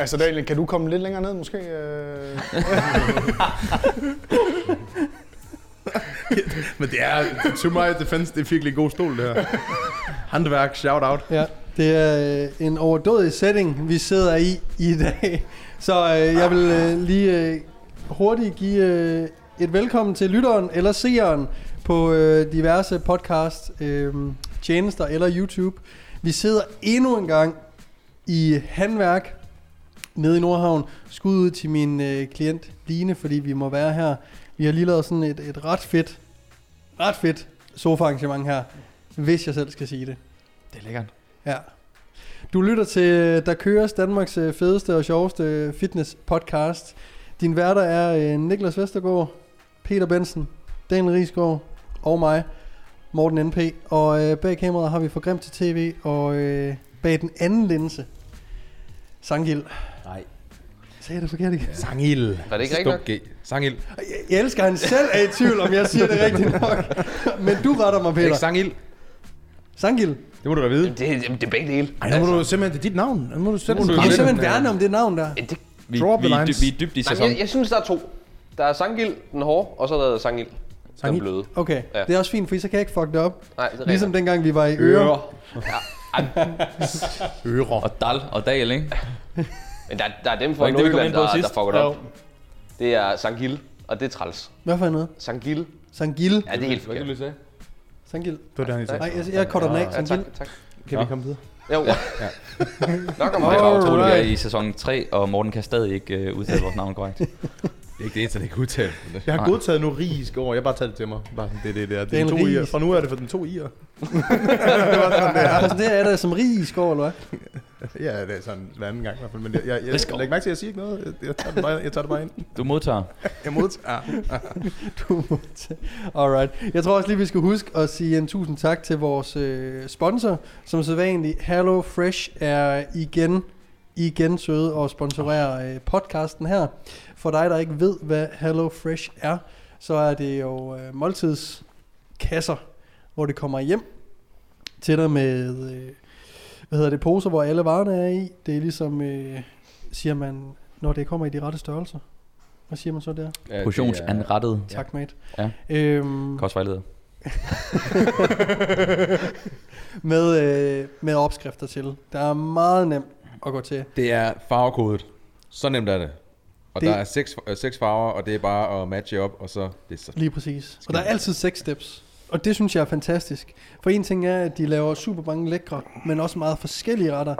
Altså Daniel, kan du komme lidt længere ned måske? Men det er, to my defense, det er virkelig en god stol, det her. Håndværk, shout out. Ja, det er en overdådig setting, vi sidder i dag. Så jeg vil lige hurtigt give et velkommen til lytteren eller seeren på diverse podcast tjenester eller YouTube. Vi sidder endnu en gang i Handværk nede i Nordhavn. Skud ud til min klient Line, fordi vi må være her. Vi har lige lavet sådan et ret fedt sofa-arrangement her, hvis jeg selv skal sige det. Det er lækkert. Ja. Du lytter til Der Køres, Danmarks fedeste og sjoveste fitness podcast. Din værter er Niklas Vestergaard, Peter Benson, Daniel Riisgaard og mig, Morten NP. Og bag kameraet har vi For Grimt til TV, og bag den anden linse, Sangil. Nej. Sagde jeg det forkert ikke? Sangil. Var det ikke rigtigt? Sangil. Jeg elsker, han selv er i tvivl, om jeg siger det rigtigt nok. Men du retter mig, Peter. Ikke Sangil. Sangil. Det må du da vide. Det er begge dele. Ej, nu må du simpelthen, det er dit navn. Nu må du selv. Jeg vil simpelthen værne om det navn der. Vi er dybt i sæson. Jeg synes, der er to. Der er Sangil, den hårde, og så er der Sangil, den bløde. Okay, Ja. det er også fint, for så kan jeg ikke fuck det op. Nej, det er Ligesom rigtigt. dengang vi var i Øre. Ører. Og Dal og Dal, ikke? Men der er dem fra Var ikke det, vi kom Nordjylland, ind på der sidst? fucker det op. Det er Sangil, og det er træls. Hvad for noget? Sangil. Sangil. Ja, det er helt Hvad kan forkert. du sige? Sangil. Det var det, han sagde. Nej, jeg korter den af. Ja, Sangil. tak. Kan vi komme videre? Jo. Nok om Det mig. var utroligt, vi er Alright. i sæson 3, og Morten kan stadig ikke udtale vores navn korrekt. Det er ikke det eneste, der ikke udtalt. Jeg har godtaget nu risk over. Jeg har bare taget det til mig. Bare sådan, det der. Det er en to i'er. ris. Fra nu er det for den 2 i'er. Præsenterer jeg dig som Riisgaard, eller hvad? Ja, det er sådan hver anden gang i hvert fald. Men jeg lægger mærke til, at jeg siger ikke noget. Jeg tager det bare ind. Du modtager. Jeg modtager. Du må Alright. Jeg tror også lige, vi skal huske at sige en tusind tak til vores sponsor, som sædvanligt. Hello Fresh er igen søde og sponsorerer podcasten her. For dig, der ikke ved, hvad Hello Fresh er, så er det jo måltidskasser, hvor det kommer hjem til dig med poser, hvor alle varerne er i. Det er ligesom, siger man, når det kommer i de rette størrelser. Hvad siger man så der? Portionsanrettet. Tak, mate. Ja. Kostvejleder. med opskrifter til. Der er meget nemt at gå til. Det er farvekodet. Så nemt er det. Og Det- der er 6 farver, og det er bare at matche op, og så det er så. Lige præcis. Og der er altid 6 steps. Og det synes jeg er fantastisk. For en ting er, at de laver super mange lækre, men også meget forskellige retter.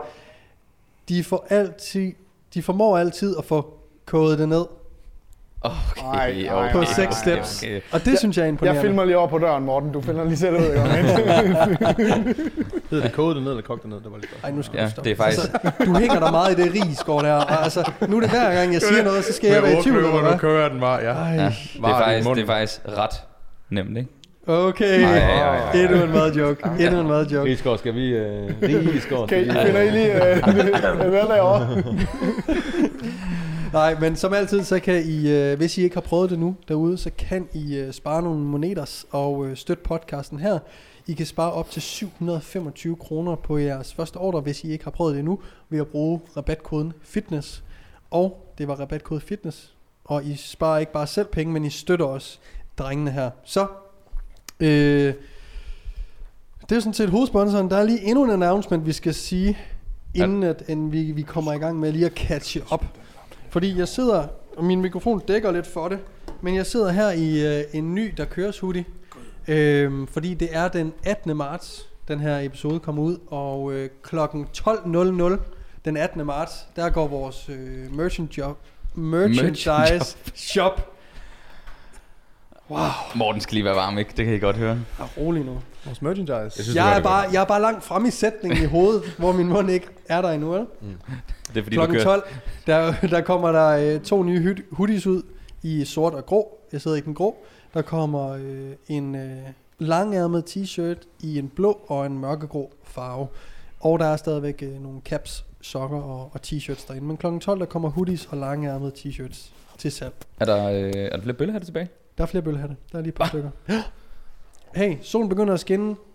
De formår altid at få kodet det ned Okay, Ej, på 6 steps. okay. Og det synes jeg er imponerende. Jeg filmer lige over på døren, Morten. Du finder lige selv ud af det. Hedder det koget det ned, eller kogt det ned? Det var lidt godt. Ej, nu skal Ja, du stoppe. det er faktisk... Altså, du hænger der meget i det Riisgaard der. Og altså, nu er det hver gang, jeg siger noget, så skal jeg være i tvivl. Eller Nu hvad? kører den bare, ja. Ej. Ja, Varer i det er faktisk ret nemt, ikke? Okay. Ej. Endnu en madjoke. Endnu en madjoke. Rigsgaard, skal vi... Rigsgaard, Okay, finder I lige hvad derovre? Nej, men som altid, så kan I, hvis I ikke har prøvet det nu derude, så kan I spare nogle moneters og støtte podcasten her. I kan spare op til 725 kroner på jeres første ordre, hvis I ikke har prøvet det endnu, ved at bruge rabatkoden FITNESS. Og det var rabatkode FITNESS. Og I sparer ikke bare selv penge, men I støtter også drengene her. Så, det er jo sådan set hovedsponsoren. Der er lige endnu en announcement, vi skal sige, inden vi kommer i gang med lige at catche op. Fordi jeg sidder, og min mikrofon dækker lidt for det, men jeg sidder her i en ny Der Køres hoodie, fordi det er den 18. marts, den her episode kommer ud, og klokken 12.00 den 18. marts, der går vores merchandise shop. Wow. Morten skal lige være varm, ikke? Det kan I godt høre. Jeg er rolig nu. Vores merchandise. Jeg er bare langt frem i sætningen i hovedet, hvor min mund ikke er der endnu, vel? Det er fordi, Klokken du kører... 12, der kommer der 2 nye hoodies ud i sort og grå. Jeg sidder i den grå. Der kommer en langærmet t-shirt i en blå og en mørkegrå farve. Og der er stadigvæk nogle caps, sokker og t-shirts derinde. Men klokken 12, der kommer hoodies og langærmede t-shirts til salg. Er der flere bøllehatte tilbage? Der er flere bøllehatte. Der er lige et par stykker. Hey, solen begynder at skinne.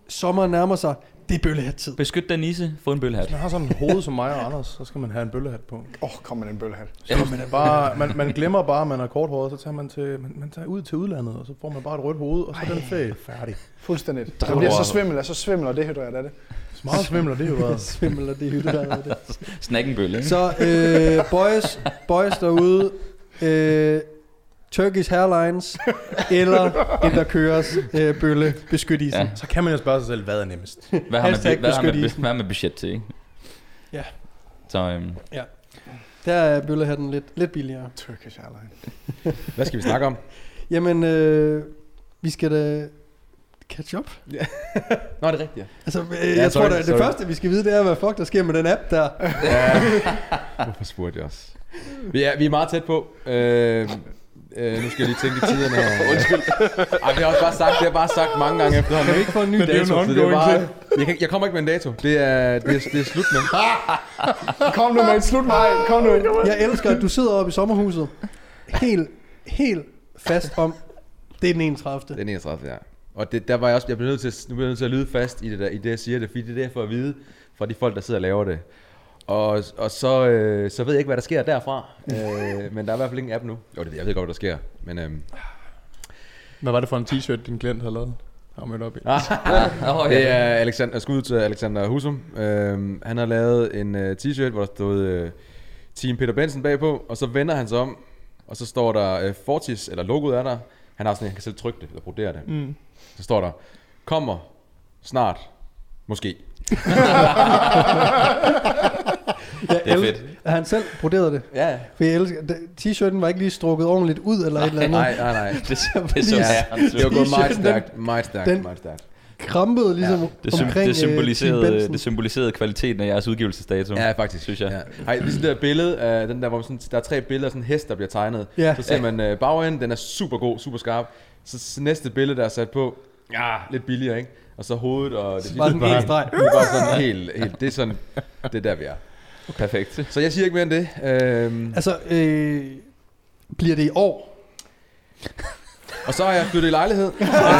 sommeren nærmer sig. Det er bøllehat-tid. Beskyt den isse, få en bøllehat. Hvis man har sådan en hoved som mig og Anders, så skal man have en bøllehat på. Kom med en bøllehat. Man glemmer bare, at man er korthåret, så tager man tager ud til udlandet, og så får man bare et rødt hoved, og så er den ferie færdig. Fuldstændig. Det bliver så svimmel, og det hydreret er det. Så meget svimmel, og det er jo været. Svimmel, og det hydreret er det. Snackenbølle, ikke? Så boys derude, Turkish Airlines eller en der køres bølle, beskyt isen. Ja. Så kan man jo spørge sig selv, hvad er nemmest? Hvad har man budget til, ikke? Ja. Så Ja. Der er bøllehatten lidt billigere. Turkish Airlines. Hvad skal vi snakke om? Jamen, vi skal da catch up. Nå, det er rigtigt, ja. Altså, jeg tror da, det første vi skal vide, det er, hvad fuck der sker med den app der. Ja. Hvorfor spurgte jeg også? Vi er meget tæt på. Nu skal jeg lige tænke i tiderne. Undskyld. Ej, det har også bare sagt mange gange efterhånden. Kan vi ikke få en ny det er jo dato? en Så det er bare, jeg kommer ikke med en dato. Det er slut med. Kom nu med et slut, nej. Kom nu. Jeg elsker, at du sidder oppe i sommerhuset. Helt fast om, det er den 31. Det er den 31, ja. Og der var jeg også, nu bliver nødt til at lyde fast i det der, i det jeg siger det, fordi det er det, jeg får at vide fra de folk, der sidder og laver det. Og så ved jeg ikke, hvad der sker derfra. Men der er i hvert fald ingen app nu. Jo, jeg ved godt, hvad der sker. Men Hvad var det for en t-shirt, din klient havde lavet? Har mødt op i? det er skud til Alexander Husum. Han har lavet en t-shirt, hvor der stod Team Peter Benson bagpå. Og så vender han sig om, og så står der Fortis, eller logoet er der. Han har sådan, han kan selv trykke det, eller brodere det. Så står der, kommer snart, måske. Det er fedt. At han selv broderede det. Ja. For jeg elsker, t-shirten var ikke lige strukket ordentligt ud, eller et eller andet. Nej. Det så Ja, det var gået meget Den- stærkt. Krampede ligesom omkring Det symboliserede kvaliteten af jeres udgivelsesdato. Ja, faktisk. Synes jeg. Ja. Ej, det er sådan der billede af den der, hvor sådan, der er 3 billeder af sådan en hest, der bliver tegnet. Ja. Så ser man bagenden, den er super god, super skarp. Så næste billede, der er sat på, lidt billigere, ikke? Og så hovedet og det Bare den ene streg. Det er bare sådan helt, det er sådan, det er der vi er. Perfekt. Så jeg siger ikke mere end det. Altså, bliver det i år? Og så har jeg flyttet i lejlighed.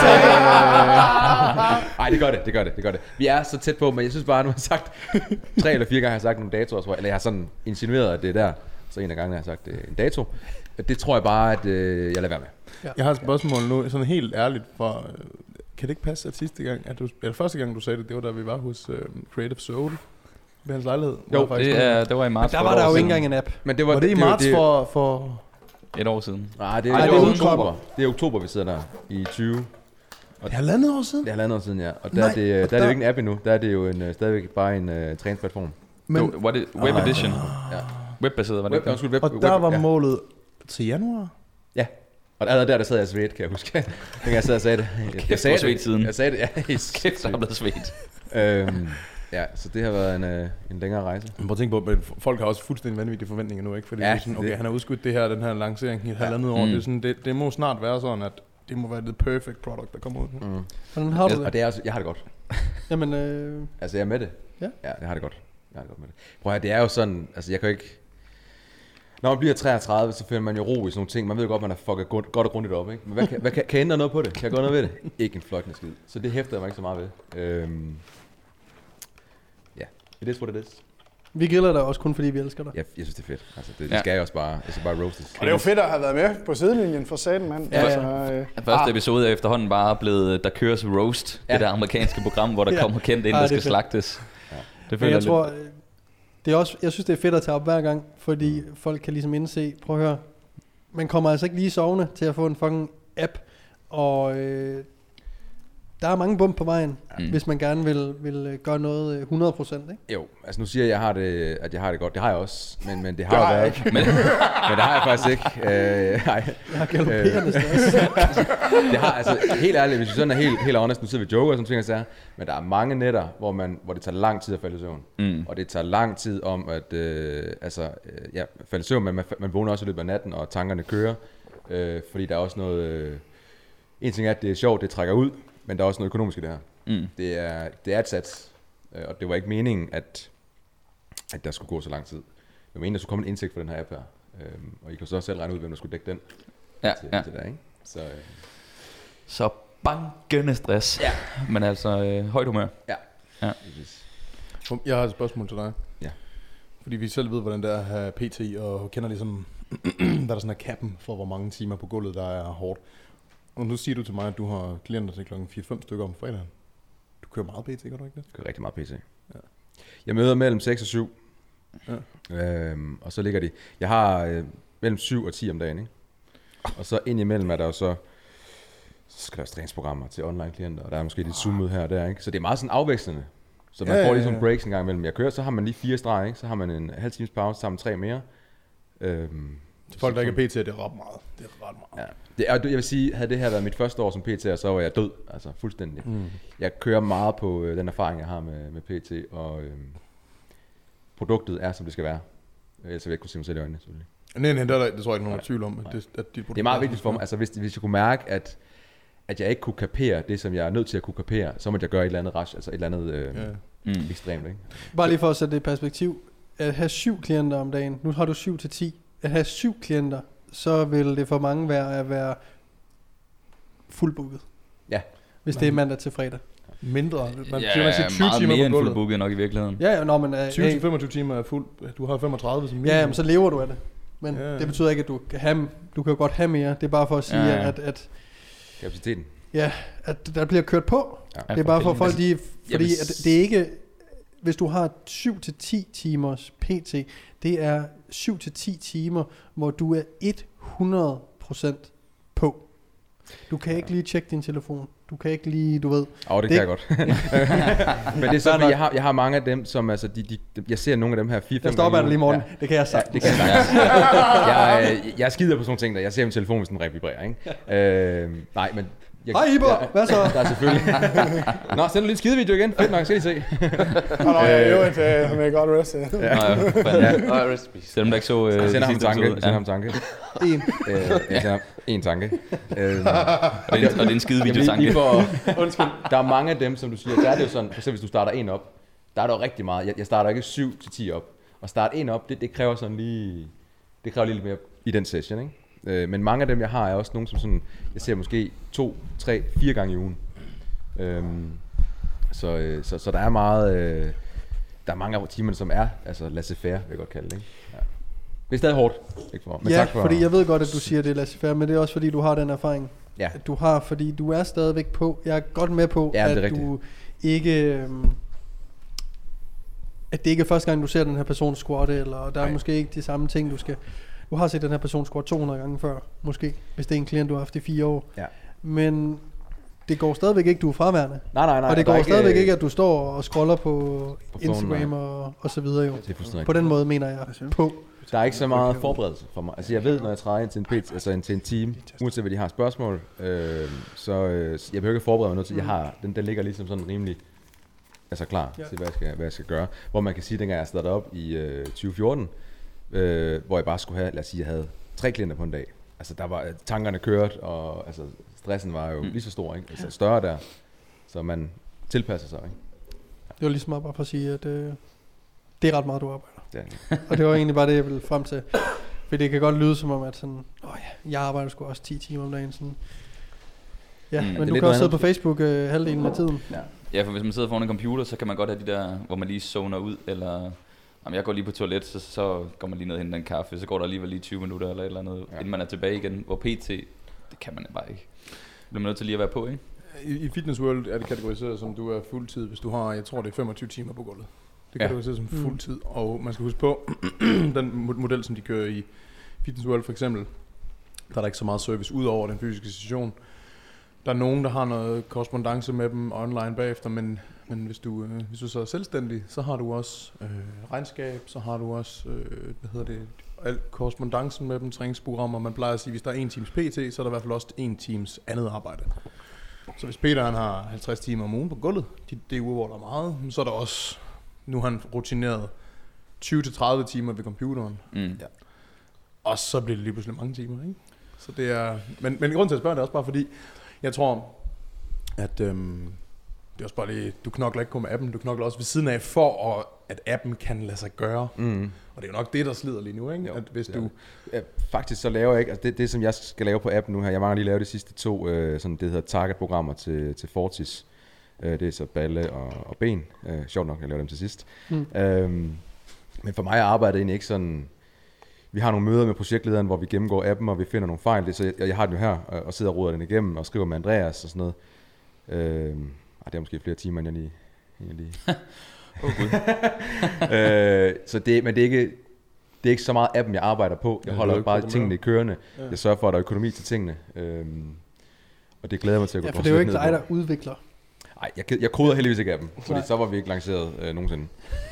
Nej, det gør det. Vi er så tæt på, men jeg synes bare, nu har jeg sagt 3 eller 4 gange, har jeg sagt nogle datoer, tror jeg. Eller jeg har sådan insinueret, at det er der. Så en af gangene har jeg sagt en dato. Det tror jeg bare, at jeg lader være med. Ja. Jeg har et spørgsmål nu, sådan helt ærligt, for kan det ikke passe, at første gang du sagde det, det var da vi var hos Creative Soul ved hans lejlighed? Jo, Det var i marts. Der var der jo ikke engang en app. Men Var det i marts for... Et år siden. Nej, det Ej, er det er oktober. Det er oktober, vi sidder der i 20. Det er 1,5 år siden? Det er 1,5 år siden, ja. Og der er det jo ikke en app endnu. Der er det jo stadigvæk bare en træningsplatform. Men, Var det web edition? Ja. Webbaseret var det ikke? og der var målet til januar? Ja. Og allerede der sad jeg svedt, kan jeg huske. Dengang jeg sad og sagde det. Kæft, du har svedt siden. Jeg sagde det, ja. Kæft, der er blevet svedt. Ja, så det har været en længere rejse. Men prøv at tænke på, at folk har også fuldstændig vanvittige forventninger nu, ikke? Fordi Ja, det er sådan, okay, han har udskudt det her, den her lancering i 1,5 år. Det, er sådan, det må snart være sådan, at det må være det perfect product, der kommer ud nu. Hvordan har du Og det? det er også, jeg har det godt. Jamen, Altså, jeg er med det. Ja. Ja, jeg har det godt. Jeg har det godt med det. Prøv at høre, det er jo sådan, altså jeg kan jo ikke... Når man bliver 33, så finder man jo ro i sådan nogle ting. Man ved jo godt, man har fucket godt og grundigt op, ikke? Men kan jeg ændre noget på det? Kan jeg gøre noget ved det? Ikke en flot skid. Så det hæfter jeg mig ikke så meget ved. Ja, it is what it is. vi griller dig også kun fordi vi elsker dig. Jeg synes, det er fedt. Altså, det skal jeg også bare. Jeg skal bare roastes. Og det er jo fedt at have været med på sidelinjen for satan, mand. Ja, ja. Altså, Første episode er efterhånden bare blevet, der køres roast. Det der amerikanske program, hvor der kommer kendt ind, der skal slagtes. Det Men føler jeg tror, det er også, jeg synes, det er fedt at tage op hver gang, fordi folk kan ligesom indse, prøv at høre, man kommer altså ikke lige sovende til at få en fucking app, og der er mange bump på vejen, hvis man gerne vil gøre noget 100%, ikke? Jo, altså nu siger jeg, at jeg har det godt. Det har jeg også, men det har jo været. Men det har jeg faktisk ikke. Nej. Jeg har galopperende stress. Det har, altså helt ærligt, hvis vi sådan er helt honest, nu sidder vi joker og sådan ting, så men der er mange nætter, hvor det tager lang tid at falde i søvn. Og det tager lang tid om at falde i søvn, men man vågner også i løbet af natten, og tankerne kører. Fordi der er også noget... en ting er, at det er sjovt, det trækker ud, men der er også noget økonomisk i det her. Det er et sats, og det var ikke meningen, at der skulle gå så lang tid. Det var meningen, at der skulle komme en indtægt for den her app her. Og I kan så selv regne ud, hvem der skulle dække den til der, ikke? Så bankende stress. Ja. Men altså højt humør. Ja. Jeg har et spørgsmål til dig. Ja. Fordi vi selv ved, hvordan det er at have PT, og kender ligesom, hvad der sådan er kappen for, hvor mange timer på gulvet, der er hårdt. Og nu siger du til mig, at du har klienter til klokken 4-5 stykker om fredagen. Du kører meget PT, gør du ikke det? Jeg kører rigtig meget PT. Ja. Jeg møder mellem 6 og 7. Ja. Og så ligger de. Jeg har mellem 7 og 10 om dagen, ikke? Og så ind imellem er der jo så skal der træningsprogrammer til online klienter, og der er måske lidt Zoom-møde her og der, ikke? Så det er meget sådan afvekslende. Så man får lige sådan breaks en gang imellem. Jeg kører, så har man lige 4 streg, ikke? Så har man en halv times pause, sammen 3 mere. Til folk, der ikke er PT, det er ret meget. Det er ret meget. Ja. Jeg vil sige, havde det her været mit første år som PT, så var jeg død, altså fuldstændig. Jeg kører meget på den erfaring, jeg har med PT, og produktet er, som det skal være. Ellers vil jeg ikke kunne se mig selv i øjnene, selvfølgelig. Nej, det tror jeg ikke, nogen er tvivl om. Det er meget vigtigt for mig, altså hvis jeg kunne mærke, at jeg ikke kunne kapere det, som jeg er nødt til at kunne kapere, så måtte jeg gøre et eller andet rash, altså et eller andet ekstremt, ikke? Bare lige for at sætte det i perspektiv. At have 7 klienter om dagen, nu har du 7 til 10. At have 7 klienter, så vil det for mange være at være fuldbooket. Ja. Hvis det er mandag til fredag. Mindre. Man siger 20 meget timer mere end fuldbooket nok i virkeligheden. Ja, når man 20-25 timer er fuld. Du har 35 som minimum. Ja, men så lever du af det. Men det betyder ikke, at du kan jo godt have mere. Det er bare for at sige, at kapaciteten. Ja, at der bliver kørt på. Ja. Det er bare for folk, fordi at det er ikke, hvis du har 7-10 timers PT, det er 7-10 timer, hvor du er 100% på. Du kan ikke lige tjekke din telefon. Du kan ikke lige, du ved. Det kan jeg godt. Men det er så, fordi jeg har mange af dem, som altså, jeg ser nogle af dem her 4-5 gange. Jeg stopper lige i morgen. Ja. Det kan jeg sagt. Ja, det kan jeg jeg skider på sådan nogle ting, der jeg ser min telefon, hvis den revibrerer, ikke? Nej, men hej Iber, hvad så? Der er selvfølgelig. Nå, send en lille skidevideo igen. Fedt nok, skal I se. Med godt rest. Rest peace. Selvom der ikke så jeg sender ham tanke. Jeg sender en tanke. Og det er en skidevideo tanke. Undskyld. Der er mange af dem, som du siger. Der er det jo sådan, for eksempel hvis du starter en op, der er der jo rigtig meget. Jeg starter ikke 7 til 10 op. Og starte en op, det kræver sådan lige, det kræver lidt mere i den session, ikke? Men mange af dem jeg har er også nogle som sådan, jeg ser måske 2, 3, 4 gange i ugen. Så der er meget, der er mange af timerne som er altså laissez-faire, vil jeg godt kalde det, ikke? Ja. Det er stadig hårdt, ikke for. Men ja, tak for, fordi jeg ved godt at du siger det er laissez-faire, men det er også fordi du har den erfaring. Ja. At du har, fordi du er stadigvæk på. Jeg er godt med på, ja, at du ikke at det ikke er første gang du ser den her person squatte, eller der er måske ikke de samme ting du skal. Du har set den her person squat 200 gange før, måske, hvis det er en klient, du har haft i 4 år. Ja. Men det går stadigvæk ikke, du er fraværende. Nej. Og det går stadigvæk ikke, at du står og scroller på Instagram og så videre jo. På den måde mener jeg på. Der er ikke så meget forberedelse for mig. Altså jeg ved, når jeg træder ind til en pitch, altså til en team, uanset hvad de har spørgsmål, så jeg behøver ikke forberede mig noget til. Jeg har, den ligger ligesom sådan rimelig altså klar til, hvad jeg skal gøre. Hvor man kan sige, dengang jeg startede op i 2014, hvor jeg bare skulle have, lad os sige, jeg havde 3 klienter på en dag. Altså der var tankerne kørt, og altså stressen var jo lige så stor, ikke? Altså større der, så man tilpasser sig, ikke? Ja. Det var ligesom bare for at sige, at det er ret meget, du arbejder. Ja. Og det var egentlig bare det, jeg ville frem til. For det kan godt lyde som om, at sådan, jeg arbejder sgu også 10 timer om dagen. Sådan. Ja, men du kan også sidde på Facebook halvdelen af tiden. Ja, for hvis man sidder foran en computer, så kan man godt have de der, hvor man lige zoner ud, eller om jeg går lige på toilet, så går man lige ned og henter en kaffe, så går der alligevel lige 20 minutter eller et eller andet, inden man er tilbage igen. Hvor PT, det kan man bare ikke. Bliver man nødt til lige at være på, ikke? I Fitness World er det kategoriseret som, du er fuldtid, hvis du har, jeg tror det er 25 timer på gulvet. Det kan du se som fuldtid, og man skal huske på, den model, som de kører i Fitness World for eksempel, der er der ikke så meget service ud over den fysiske session. Der er nogen, der har noget korrespondance med dem online bagefter, men hvis du så er selvstændig, så har du også regnskab, så har du også, al korrespondancen med dem, træningsprogrammer. Man plejer at sige, hvis der er 1 times PT, så er der i hvert fald også 1 times andet arbejde. Så hvis Peter han har 50 timer om ugen på gulvet, det er uger, hvor der er meget, så er der også, nu har han rutineret 20-30 timer ved computeren. Ja. Og så bliver det lige pludselig mange timer, ikke? Så det er, men grunden til at spørge det er også bare fordi, jeg tror, at det er også bare det, du knokler ikke kun med appen, du knokler også ved siden af, for at appen kan lade sig gøre. Og det er jo nok det, der slider lige nu, ikke? Jo, at hvis du... Faktisk så laver jeg ikke, altså det som jeg skal lave på appen nu her, jeg mangler lige lave de sidste 2, sådan det hedder target-programmer til Fortis. Det er så balle og ben. Sjovt nok, jeg laver dem til sidst. Men for mig er arbejdet egentlig ikke sådan... Vi har nogle møder med projektlederen, hvor vi gennemgår appen, og vi finder nogle fejl. Så jeg har den jo her, og sidder og ruder den igennem, og skriver med Andreas og sådan noget. Det er måske flere timer, end jeg lige... Så det, men det er ikke så meget appen, jeg arbejder på. Jeg holder bare tingene i kørende. Jeg sørger for, at der er økonomi til tingene. Og det glæder mig til at gå. Ja, for det er jo ikke dig, der udvikler. Nej, jeg koder heldigvis ikke appen, fordi så var vi ikke lanceret nogensinde.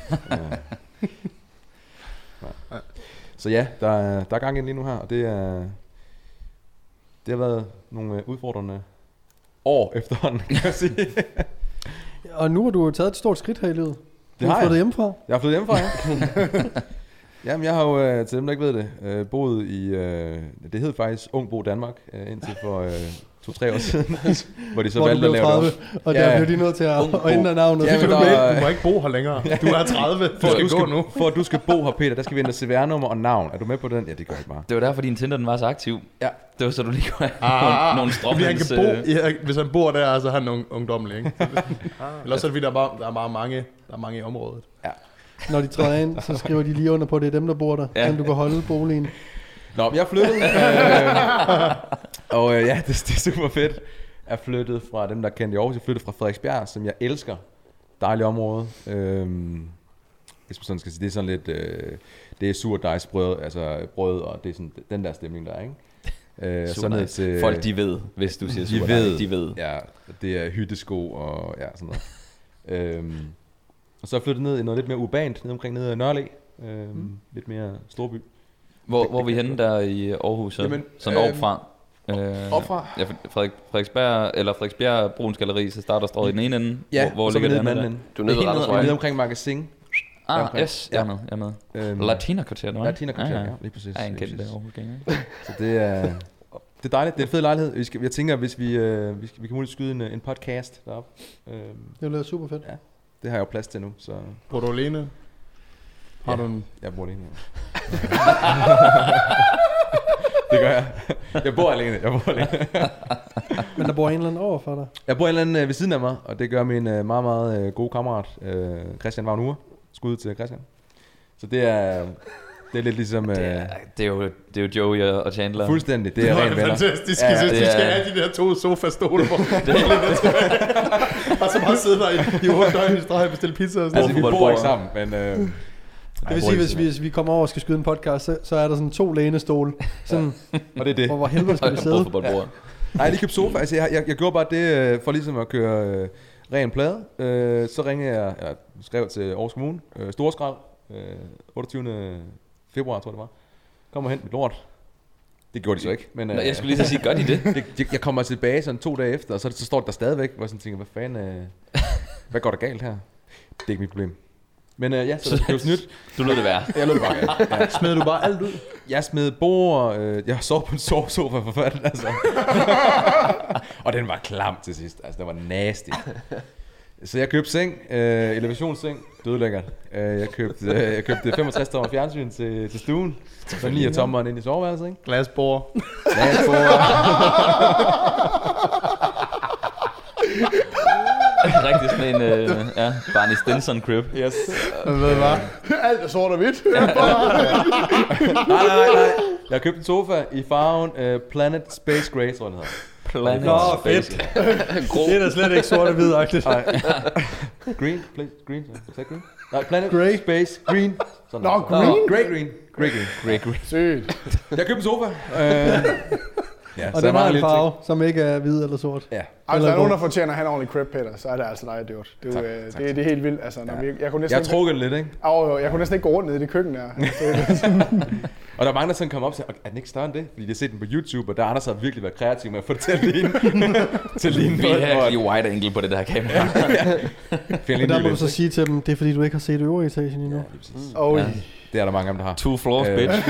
Så ja, der er gang ind lige nu her, og det har været nogle udfordrende år efterhånden, kan jeg sige. Og nu har du taget et stort skridt her i livet. Det har jeg. Flyttet hjemmefra. Jeg har flyttet hjemmefra, ja. Jamen, jeg har jo, til dem, der ikke ved det, boet i, det hed faktisk Ung Bo Danmark, indtil for 2-3 år siden, hvor de så valgte at lave 30, det om. Og der blev de nødt til at ændre navnet. Ja, du må ikke bo her længere. Du er 30, for at du skal bo her, Peter, der skal vi ændre CVR-nummer og navn. Er du med på den? Ja, det gør jeg bare. Det var derfor, din Tinder den var så aktiv. Ja. Det var så, du lige kunne have nogle strømlands... Hvis han bor der, så er han nogle ungdommelig, ikke? Ellers er det fordi, der er bare mange i området. Ja. Når de træder ind, så skriver de lige under på, det er dem, der bor der, så du kan holde boligen. Nå, jeg er flyttet. Og ja, det er super fedt. Jeg er flyttet fra dem, der kendte i Aarhus. Jeg er flyttet fra Frederiksberg, som jeg elsker. Dejligt område. Hvis man sådan skal sige, det er sådan lidt... det er surdejsbrød, altså brød, og det er sådan den der stemning, der er, ikke? Så ned til... Folk, de ved, hvis du siger surdej, de ved. Ja, det er hyttesko og ja, sådan noget. Og så er jeg flyttet ned i noget lidt mere urbant, ned omkring nede i Nørre. Lidt mere storby. Hvor er vi henne der i Aarhus? Jamen, sådan opfra? Opfra? Ja, Frederiksberg Bruns Galleri, så starter strået i den ene ende. Ja, hvor så ligger vi det andet? Du er nede ved Randersvej. Nede omkring Magasin. Yes, jeg er med. Latina-kvarteret, var det? Latina-kvarteret, ja, lige præcis. Jeg er en kendt Aarhus-gænger. Så det er dejligt, det er en fed lejlighed. Jeg tænker, hvis vi kan muligt skyde en podcast deroppe. Det vil være super fedt. Ja, det har jeg jo plads til nu. Så. Bor du alene? Har du en... Jeg bor alene. Det gør jeg. Jeg bor alene. Men der bor en eller anden over for dig? Jeg bor en eller anden ved siden af mig, og det gør min meget, meget gode kammerat, Christian Vagnure. Skud til Christian. Så det er lidt ligesom... Det er jo Joey og Chandler. Fuldstændig, det er rent venner. Det er fantastisk. Jeg synes, de skal have de der 2 sofastole, hvor og så bare sidde der i 8 døgn i streg og bestille pizza og sådan noget. Altså, vi bor ikke sammen, men... Det vil sige, hvis vi kommer over og skal skyde en podcast, så er der sådan 2 lænestole. Sådan, og det er det. Hvor helvede skal vi sidde? Ja. Nej, de købte sofa. Altså, jeg gjorde bare det for ligesom at køre ren plade. Så ringede jeg skrev til Aarhus Kommune. Storskrald. 28. februar, tror jeg det var. Kom og hent mit lort. Det gjorde de så ikke. Men, jeg skulle lige så sige, gør de det? Jeg kommer tilbage sådan 2 dage efter, og så står det der stadigvæk, hvor jeg sådan tænker, hvad fanden, hvad går der galt her? Det er ikke mit problem. Men ja, så det blev snydt. Du lød det være. Jeg lød det bare galt. Ja. Smed du bare alt ud? Jeg smed bord, jeg sov på en sovesofa for fanden, altså. Og den var klam til sidst, altså den var nasty. Så jeg købte seng, elevationsseng, dødlækkert. Jeg købte 65 tommer fjernsyn til stuen. Så 9 tommeren ind i soveværelset, ikke? Glasbord. Rigtig sådan en Barney Stinson crib. Yes. Ved du hvad? Alt er sort og hvidt. Nej. Jeg købte en sofa i farven Planet Space Grey, tror jeg det hedder. Planet Space. Det er da slet ikke sort og hvidagtigt. Green? Green? Nej, Planet Grey. Space Green. Nå, green? Grey Green. Sygt. Jeg købte en sofa. Ja, og den har en farve, som ikke er hvid eller sort. Ja. Altså, der er nogen, der fortjener at have en ordentlig crib, Peter, så er det altså dig, det er det er helt vildt. Altså, jeg trukker lidt, ikke? Jeg kunne næsten ikke gå rundt nede i det køkken der. Og der er mange, der sådan kommer op og siger, er den ikke større end det? Fordi de har set den på YouTube, og der er Anders har virkelig været kreativ med at få det til at ligne. Vi har lige wide angle på det der kamera. Og der må du så sige til dem, det er fordi, du ikke har set øvrige etagen endnu. Ja, det er der mange af dem, der har. 2 floors, bitch.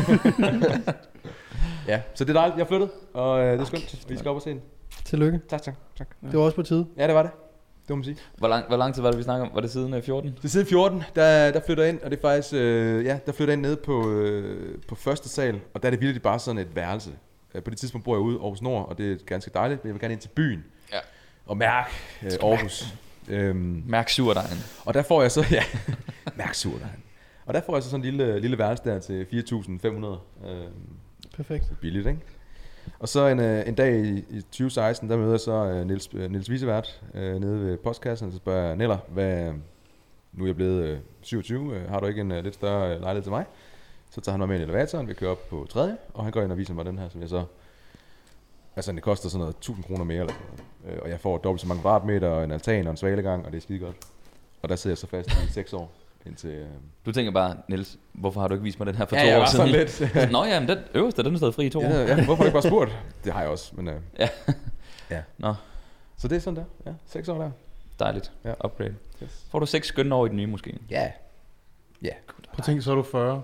Ja, så det er dejligt. Jeg er flyttet, og det er skønt. Vi skal op og se den. Tillykke. Tak. Det var også på tide. Ja, det var det. Det må man sige. Hvor lang tid var det, vi snakker om? Var det siden 14? Det er siden 14, der flytter jeg ind, og det er faktisk, der flytter jeg ind nede på første sal, og der er det virkelig bare sådan et værelse. På det tidspunkt bor jeg ude i Aarhus Nord, og det er ganske dejligt, men jeg vil gerne ind til byen. Ja. Og mærke Aarhus. Mærk surdejen. Og der får jeg så, mærk surdejen. Og der får jeg så sådan en lille værelse der til 4.500. Perfekt. Billigt, ikke? Og så en dag i 2016, der møder jeg så Niels Visevært nede ved postkassen, og så spørger jeg, Neller, nu er jeg blevet 27, har du ikke en lidt større lejlighed til mig? Så tager han mig med i elevatoren, vi kører op på 3., og han går ind og viser mig den her, som jeg så... Altså, det koster sådan noget 1.000 kroner mere, eller sådan. Og jeg får dobbelt så mange kvadratmeter, og en altan og en svalegang, og det er skide godt. Og der sidder jeg så fast i 6 år. Indtil, Du tænker bare, Niels, hvorfor har du ikke vist mig den her for 2 år siden? Lidt. Nå ja, men den øverste, den er stadig fri i 2 år. Ja, hvorfor har du ikke bare spurgt? Det har jeg også, men... Ja. Nå. Så det er sådan der. Ja, 6 år der. Dejligt. Ja. Upgrade. Yes. Får du 6 skønne år i den nye måske? Ja. Ja. Prøv at tænke, så er du 40.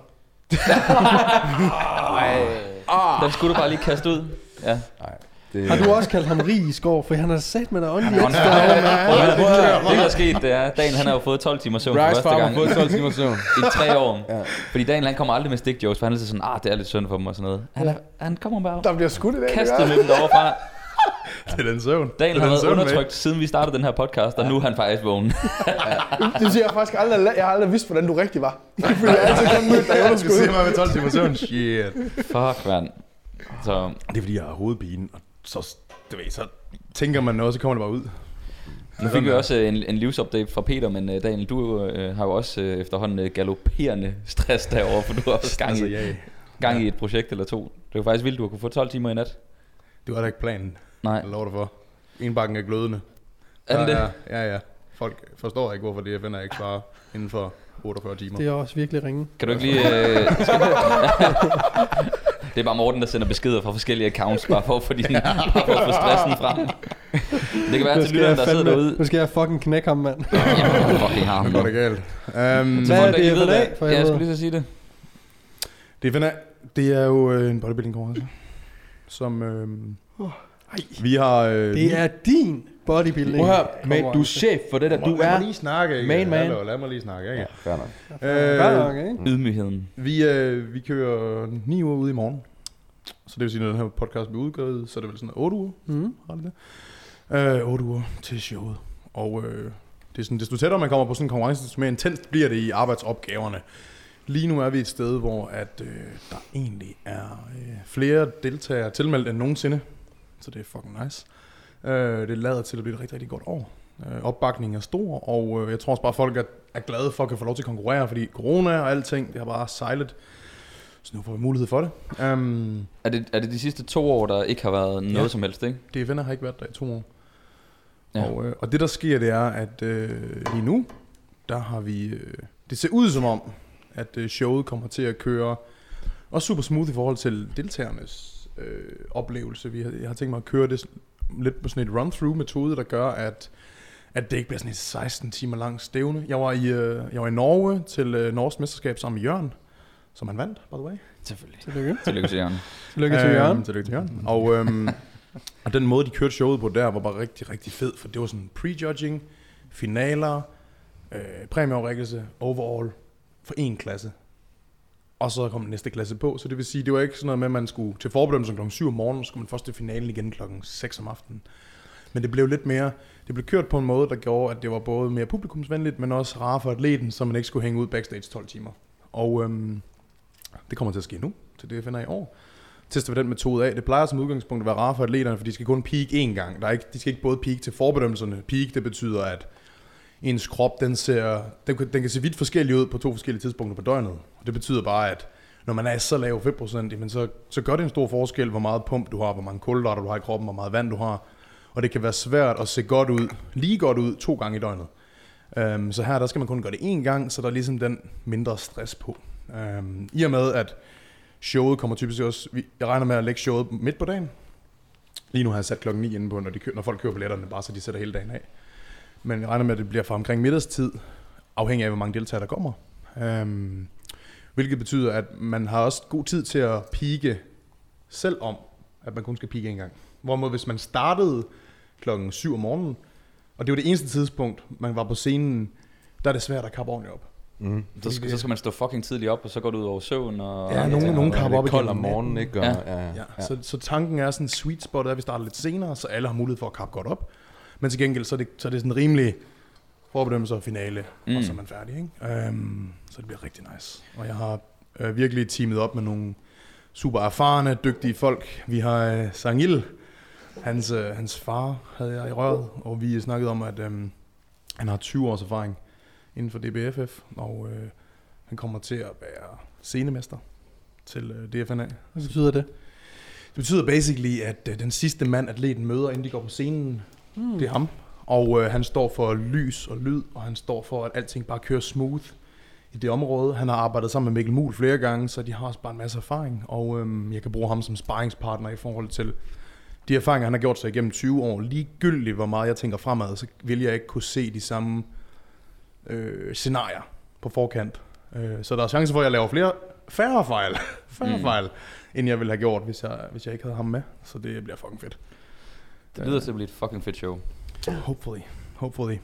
Den skulle du bare lige kaste ud. Ja. Nej. Har du også kaldt ham rig i skår, for han har sat med dig åndelig. Det der er sket, det er, Daniel han har jo fået 12 timer søvn for første gang. Rice har fået 12 timer søvn. I 3 år. Ja. Fordi Daniel han kommer aldrig med stick jokes, for han er sådan, det er lidt synd for dem og sådan noget. Han kommer bare Der bliver skudt i dag. kastet med dem derovre fra. Det er den søvn. Daniel har været undertrykt, siden vi startede den her podcast, og nu er han faktisk vågen. Det siger jeg faktisk aldrig. Jeg har aldrig vidst, hvordan du rigtig var. Fordi jeg altid kun mødt dig i Du skal se mig med 12 timer søvn. Shit. Fuck, mand. Så Det er fordi, jeg har hovedpine, og så, så tænker man noget, så kommer det bare ud. nu fik vi også en livsupdate fra Peter, men Daniel, du har jo også efterhånden galopperende stress derovre, for du har også gang i et projekt eller 2. Det er jo faktisk vildt, du har kunne få 12 timer i nat. Det var da ikke planen. Nej. Jeg lover dig for. Indbakken er glødende. Er den det? Ja. Folk forstår ikke, hvorfor det finder jeg ikke svarer inden for 48 timer. Det er også virkelig ringe. Kan du ikke lige... Det er bare Morten, der sender beskeder fra forskellige accounts, bare for at få stressen frem. Det kan være til lytteren, der sidder derude. Nu skal jeg fucking knække ham, mand. Jamen, fucking har Det går det galt. Hvad er det for dag? Ja, jeg skulle lige så sige det. Det er jo en bodybuilding konkurrence, som vi har... Det er din bodybuilding. Prøv at høre, mate, du er chef for det der. Du Lad er mig lige snakke, ikke? main man. Hallo, lad mig lige snakke, ikke? Ja, fair nok. Ydmygheden. Vi kører 9 uger ude i morgen. Så det vil sige, når den her podcast bliver udgivet, så er det vel sådan 8 uger. Har det det? 8 uger til showet. Og det er sådan, desto tættere man kommer på sådan en konkurrence, desto mere intenst bliver det i arbejdsopgaverne. Lige nu er vi et sted, hvor at, der egentlig er flere deltagere tilmeldt end nogensinde. Så det er fucking nice. Det lader til at blive et rigtig, rigtig godt år. Opbakningen er stor, og jeg tror også bare, at folk er glade for at kan få lov til at konkurrere, fordi corona og alting, det har bare sejlet. Så nu får vi mulighed for det. Er det de sidste 2 år, der ikke har været noget som helst, ikke? Det event har ikke været der i 2 år. Ja. Og det der sker, det er, at lige nu, der har vi... det ser ud som om, at showet kommer til at køre også super smooth i forhold til deltagernes oplevelse. Jeg har tænkt mig at køre det lidt på sådan et run-through metode, der gør, at det ikke bliver sådan et 16 timer lang stævne. Jeg var i Norge til Norges mesterskab sammen med Jørgen, som han vandt, by the way. Selvfølgelig. Tillykke. Tillykke til Jørgen. Tillykke til Jørgen. Tillykke til Jørgen. Og den måde, de kørte showet på der, var bare rigtig, rigtig fed, for det var sådan prejudging, finaler, præmieoverrækkelse, overall for en klasse. Og så kom den næste klasse på, så det vil sige, det var ikke sådan noget med, at man skulle til forbedømmelse kl. 7 om morgenen, så skulle man først til finalen igen kl. 6 om aftenen. Men det blev lidt mere, det blev kørt på en måde, der gjorde, at det var både mere publikumsvenligt, men også rare for atleten, så man ikke skulle hænge ud backstage 12 timer. Og det kommer til at ske nu, til det finder i år. Tester vi den metode af. Det plejer som udgangspunkt at være rare for atleterne, for de skal kun peak én gang. De skal ikke både peak til forbedømmelserne. Peak, det betyder, at ens krop, den kan se vidt forskellig ud på 2 forskellige tidspunkter på døgnet. Og det betyder bare, at når man er så lav 5%, så gør det en stor forskel, hvor meget pump du har, hvor mange kulhydrater du har i kroppen, hvor meget vand du har. Og det kan være svært at se godt ud, lige godt ud 2 gange i døgnet. Så her, der skal man kun gøre det 1 gang, så der er ligesom den mindre stress på. I og med, at showet kommer typisk også, jeg regner med at lægge showet midt på dagen. Lige nu har jeg sat klokken 9 inde på, når folk kører billetterne, bare så de sætter hele dagen af. Men jeg regner med, at det bliver fra omkring middagstid, afhængig af, hvor mange deltagere der kommer. Hvilket betyder, at man har også god tid til at peake, selvom at man kun skal peake 1 gang. Hvorimod hvis man startede klokken 7 om morgenen, Og det var det eneste tidspunkt, man var på scenen, der er det svært at kappe ordentligt op. Så skal man stå fucking tidligt op, og så går det ud over søvn. Og Ja, nogen kapper op koldt om morgenen, ikke? Og, Ja. Så tanken er sådan, sweet spot er, at vi starter lidt senere, så alle har mulighed for at kappe godt op. Men til gengæld, så er det sådan rimelig forbedømmelse og finale, og så er man færdig, ikke? Så det bliver rigtig nice. Og jeg har virkelig teamet op med nogle super erfarne, dygtige folk. Vi har Sangil, hans far havde jeg i røret, og vi snakkede om, at han har 20 års erfaring inden for DBFF, og han kommer til at være scenemester til DFNA. Hvad betyder det? Det betyder basically, at den sidste mand, atleten møder, inden de går på scenen, det er ham. Og han står for lys og lyd, og han står for, at alting bare kører smooth i det område. Han har arbejdet sammen med Mikkel Muhl flere gange, så de har også bare en masse erfaring. Og jeg kan bruge ham som sparringspartner i forhold til de erfaringer, han har gjort sig igennem 20 år. Ligegyldigt, hvor meget jeg tænker fremad, så vil jeg ikke kunne se de samme scenarier på forkant. Så der er chance for, at jeg laver færre fejl, end jeg ville have gjort, hvis jeg ikke havde ham med. Så det bliver fucking fedt. Det lyder til at blive et fucking fedt show. Hopefully.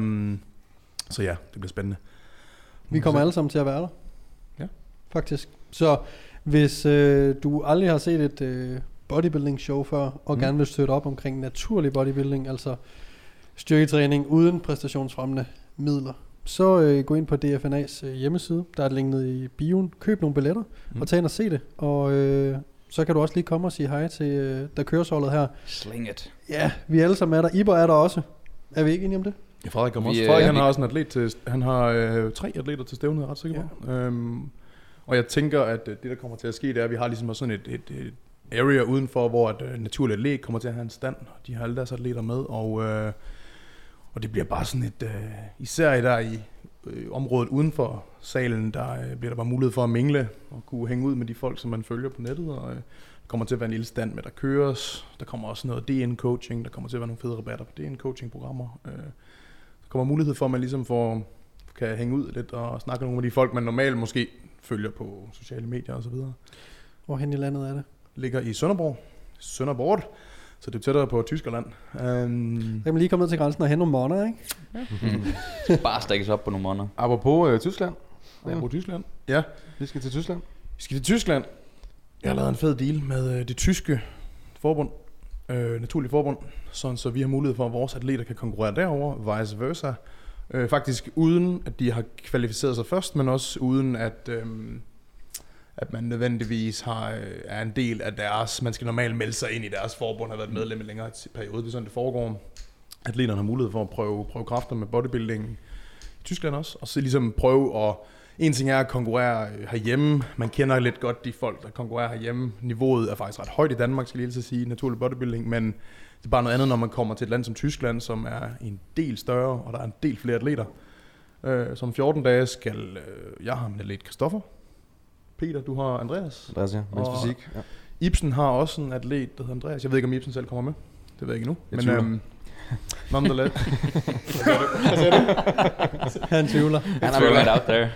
Så ja, det bliver spændende. Vi kommer alle sammen til at være der. Ja. Faktisk. Så hvis du aldrig har set et bodybuilding show før, og gerne vil støtte op omkring naturlig bodybuilding, altså styrketræning uden præstationsfremmende midler, så gå ind på DFNA's hjemmeside. Der er et link nede i bioen. Køb nogle billetter, og tag ind og se det. Og så kan du også lige komme og sige hej til der køresholdet her. Sling it. Ja, vi alle sammen er der. Iber er der også. Er vi ikke enige om det? Ja, Frederik kommer også. Frederik, han har også en atlet til, han har 3 atleter til stævnet, jeg er ret sikker på. Og jeg tænker, at det der kommer til at ske, det er, at vi har ligesom også sådan et area udenfor, hvor et naturligt atlet kommer til at have en stand. De har alle deres atleter med, og det bliver bare sådan et, især der i området uden for salen, der bliver der bare mulighed for at mingle og kunne hænge ud med de folk, som man følger på nettet, og der kommer til at være en lille stand med, der køres. Der kommer også noget DN-coaching, der kommer til at være nogle fede rabatter på DN-coaching-programmer. Der kommer mulighed for, at man ligesom kan hænge ud lidt og snakke med nogle af de folk, man normalt måske følger på sociale medier og så videre. Hvorhen i landet er det? Ligger i Sønderborg, så det er tættere på Tyskerland. Jeg kan lige komme ned til grænsen og hente nogle måneder, ikke? Bare stikkes op på nogle måneder. Apropos Tyskland. Tyskland. Ja. Vi skal til Tyskland. Jeg har lavet en fed deal med det tyske forbund, naturlige forbund, sådan så vi har mulighed for, at vores atleter kan konkurrere derover, vice versa. Faktisk uden, at de har kvalificeret sig først, men også uden, at man nødvendigvis er en del af deres, man skal normalt melde sig ind i deres forbund, har været medlem i længere periode, det er sådan, det foregår. Atleterne har mulighed for at prøve kræfter med bodybuilding i Tyskland også, og så ligesom prøve at, en ting er at konkurrere herhjemme, man kender lidt godt de folk, der konkurrerer herhjemme, niveauet er faktisk ret højt i Danmark, skal jeg lige sige, naturlig bodybuilding, men det er bare noget andet, når man kommer til et land som Tyskland, som er en del større, og der er en del flere atleter. Som 14 dage skal jeg have min atlet Christoffer. Peter, du har Andreas. Andreas, ja. Mens fysik. Ja. Ibsen har også en atlet, der hedder Andreas. Jeg ved ikke, om Ibsen selv kommer med. Det ved jeg ikke endnu. Men nonetheless. Hvad siger du? Han tvivler. Han har været out there.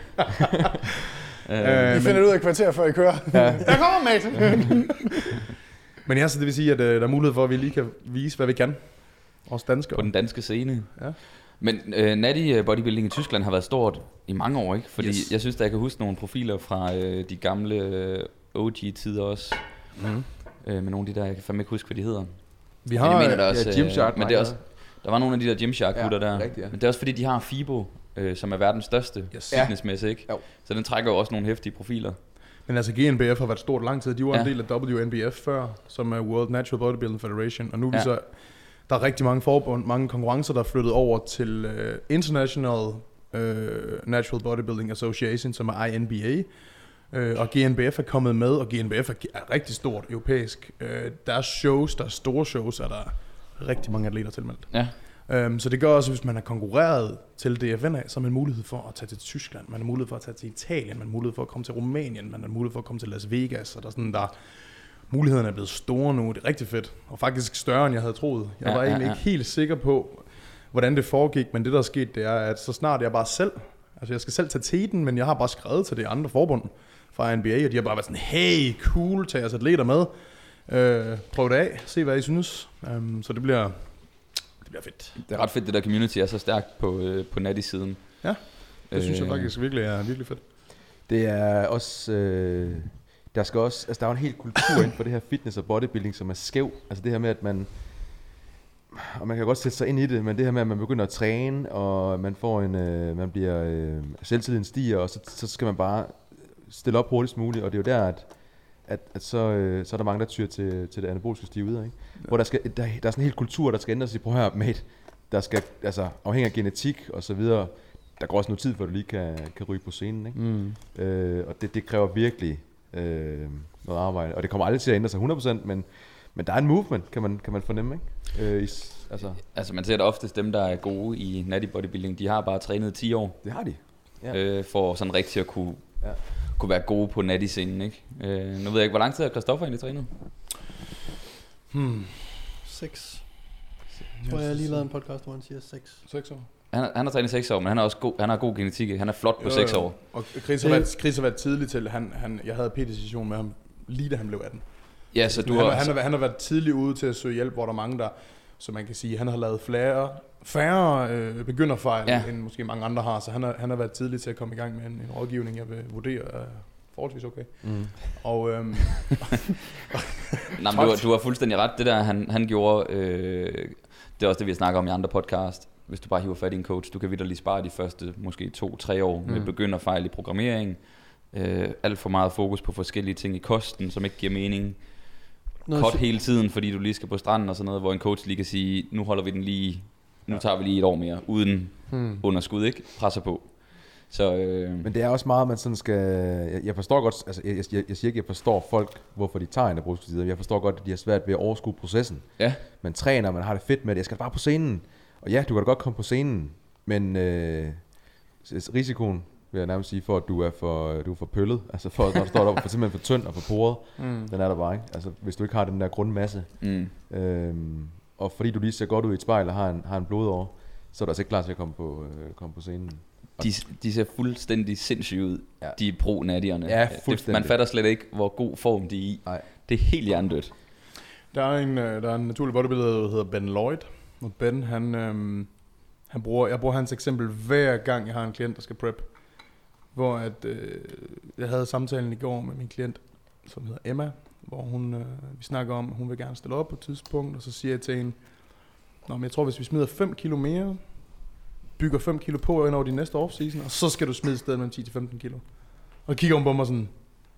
Vi finder det ud af kvarter, før I kører. Ja. Jeg kommer, mate! Men ja, så det vil sige, at der er mulighed for, at vi lige kan vise, hvad vi kan. Også danskere. På den danske scene. Ja. Men natty bodybuilding i Tyskland har været stort i mange år, ikke? Fordi jeg synes, der jeg kan huske nogle profiler fra de gamle OG-tider også. Med nogle af de der, jeg kan fandme ikke huske, hvad de hedder. Vi har mener, der også, Gymshark. men det er også, der var nogle af de der Gymshark-gutter der. Rigtigt, ja. Men det er også fordi, de har FIBO, som er verdens største fitnessmæssigt, ikke? Jo. Så den trækker jo også nogle heftige profiler. Men altså GNBF har været stort lang tid. De var en del af WNBF før, som er World Natural Bodybuilding Federation. Og nu er vi så, der er rigtig mange forbund, mange konkurrencer, der er flyttet over til International Natural Bodybuilding Association, som er INBA. Og GNBF er kommet med, og GNBF er rigtig stort europæisk. Deres shows, deres store shows, er der rigtig mange atleter tilmeldt. Ja. Så det gør også, hvis man har konkurreret til DFNA, så har man mulighed for at tage til Tyskland, man har mulighed for at tage til Italien, man har mulighed for at komme til Rumænien, man har mulighed for at komme til Las Vegas, og mulighederne er blevet store nu, det er rigtig fedt, og faktisk større, end jeg havde troet. Jeg var egentlig ikke helt sikker på, hvordan det foregik, men det der er sket, det er, at så snart jeg bare selv, altså jeg skal selv tage teten, men jeg har bare skrevet til de andre forbund fra NBA, og de har bare været sådan, hey, cool, tag jeres atleter med, prøv det af, se hvad I synes, så det bliver bliver fedt. Det er ret fedt, det der community er så stærkt på Natty-siden. Ja, det synes jeg faktisk virkelig er virkelig fedt. Det er også... der skal også... Altså, der er jo en hel kultur inden for det her fitness og bodybuilding, som er skæv. Altså det her med, at man... Og man kan godt sætte sig ind i det, men det her med, at man begynder at træne, og man får man bliver selvtilliden stiger, og så skal man bare stille op hurtigst muligt, og det er jo der, at så er der mange, der tyr til det anaboliske stige ud, ikke? Ja. Hvor der er sådan en hel kultur, der skal ændre sig. Prøv at høre, mate, der skal, altså afhængig af genetik og så videre, der går også noget tid, før du lige kan ryge på scenen, ikke? Og det kræver virkelig noget arbejde, og det kommer aldrig til at ændre sig 100%, men der er en movement, kan man fornemme, ikke? Altså man ser det oftest, dem der er gode i natty bodybuilding, de har bare trænet 10 år. Det har de. Ja. For sådan rigtig at kunne være gode på natty-scenen, ikke? Nu ved jeg ikke, hvor lang tid har Christoffer egentlig trænet? 6. Jeg tror, jeg har lige lavet en podcast, hvor han siger 6. 6 år. Han har trænet 6 år, men han er også god, han har god genetik. Han er flot på 6 år. Og Chris har været tidlig til, jeg havde PT-session med ham, lige da han blev 18. Ja, så han har været tidlig ude til at søge hjælp, hvor der er mange, der, så man kan sige, han har lavet færre begynderfejl, end måske mange andre har, så han har været tidlig til at komme i gang med en rådgivning, jeg vil vurdere er forholdsvis okay. Og du har fuldstændig ret. Det der han gjorde, det er også det, vi snakker om i andre podcast. Hvis du bare hiver fat i en coach, du kan vitterligt spare de første måske 2-3 år med begynderfejl i programmering. Alt for meget fokus på forskellige ting i kosten, som ikke giver mening. Kort hele tiden, fordi du lige skal på stranden og sådan noget, hvor en coach lige kan sige, nu holder vi den lige, nu tager vi lige et år mere, uden underskud, ikke? Presser på. Så, Men det er også meget, man sådan skal... Jeg forstår godt, altså jeg siger ikke, jeg forstår folk, hvorfor de tager anabolske. Jeg forstår godt, at de har svært ved at overskue processen. Ja. Man træner, man har det fedt med det, jeg skal bare på scenen. Og ja, du kan da godt komme på scenen, men risikoen, vil jeg nærmest sige, for at du er for pøllet, altså for, når du står deroppe, for simpelthen for tynd og for poret, den er der bare, ikke? Altså hvis du ikke har den der grundmasse, og fordi du lige ser godt ud i et spejl og har en blodår, så er du altså ikke klar til at komme på scenen. De ser fuldstændig sindssyge ud, de pro-nattierne. Ja, fuldstændig. Man fatter slet ikke, hvor god form de er i. Nej. Det er helt hjernedødt. Der er en naturlig bodybuilder, der hedder Ben Lloyd. Og Ben, jeg bruger hans eksempel hver gang, jeg har en klient, der skal prep. Hvor jeg havde samtalen i går med min klient, som hedder Emma, hvor vi snakker om, at hun vil gerne stille op på et tidspunkt, og så siger jeg til hende, men jeg tror, hvis vi smider 5 kilo mere, bygger 5 kilo på ind over de næste off-season, og så skal du smide stedet mellem 10-15 kilo. Og kigger hun på mig sådan,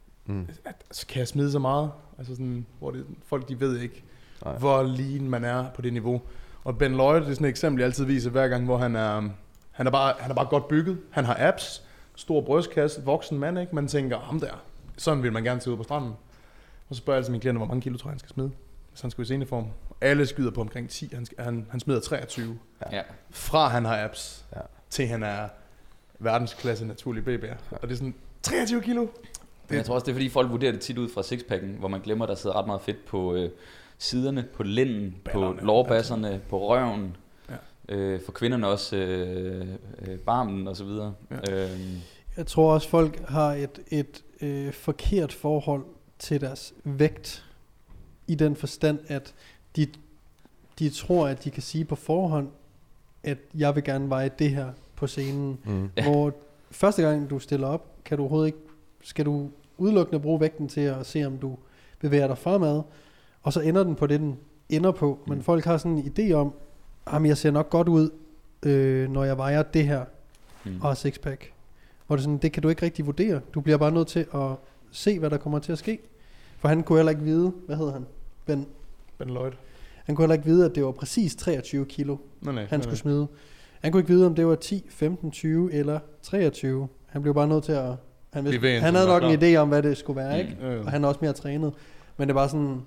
så kan jeg smide så meget? Altså sådan, hvor folk de ved ikke, hvor lean man er på det niveau. Og Ben Lloyd, det er sådan et eksempel, jeg altid viser hver gang, hvor han er bare godt bygget. Han har abs, stor brystkasse, voksen mand, ikke? Man tænker, ham der, sådan vil man gerne se ud på stranden. Og så spørger jeg altid mine klienter, hvor mange kilo tror jeg, han skal smide, hvis han skal i sceneform. Alle skyder på omkring 10, han smider 23. Ja. Fra han har abs, til han er verdensklasse naturlig BB'er. Og det er sådan, 23 kilo. Jeg tror også, det er fordi folk vurderer det tit ud fra sixpacken, hvor man glemmer, at der sidder ret meget fedt på siderne, på lænden, på lårbasserne, på røven. Ja. For kvinderne også barmen og så videre. Ja. Jeg tror også, folk har et forkert forhold til deres vægt, i den forstand, at de tror, at de kan sige på forhånd, at jeg vil gerne veje det her på scenen. Hvor første gang du stiller op, kan du overhovedet ikke, skal du udelukkende bruge vægten til at se, om du bevæger dig fremad, og så ender den på det, den ender på. Men folk har sådan en idé om, at jeg ser nok godt ud, når jeg vejer det her, og har sixpack. Hvor det sådan, det kan du ikke rigtig vurdere. Du bliver bare nødt til at se, hvad der kommer til at ske. For han kunne heller ikke vide, hvad hedder han? Ben Lloyd. Han kunne heller ikke vide, at det var præcis 23 kilo, han skulle smide. Han kunne ikke vide, om det var 10, 15, 20 eller 23. Han blev bare nødt til at... Han havde nok en idé om, hvad det skulle være, ikke? Og han er også mere trænet. Men det var sådan...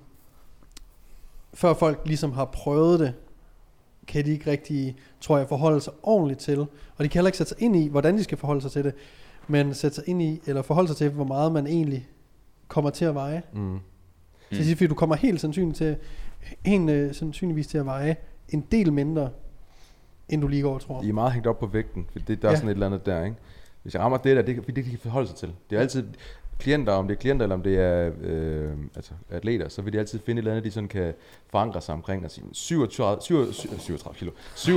Før folk ligesom har prøvet det, kan de ikke rigtig, tror jeg, forholde sig ordentligt til. Og de kan heller ikke sætte sig ind i, hvordan de skal forholde sig til det. Men sætte sig ind i, eller forholde sig til, hvor meget man egentlig kommer til at veje. Så fordi du kommer helt sandsynligvis til at veje en del mindre, end du lige går, tror. De er meget hængt op på vægten, for der er sådan et eller andet der, ikke? Hvis jeg rammer det der, det kan de forholde sig til. Det er altid, klienter, om det er klienter, eller om det er altså atleter, så vil de altid finde et eller andet, de sådan kan forankre sig omkring og sige, 37 kilo,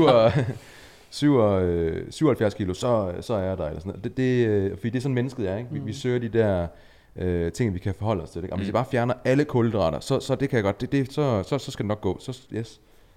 77 kilo, så er jeg der, eller sådan noget. Fordi det er sådan mennesket er, ikke? Vi søger de der ting, vi kan forholde os til. Ikke? Og hvis jeg bare fjerner alle kulhydrater, så det kan jeg godt, så skal det nok gå. Så, yes.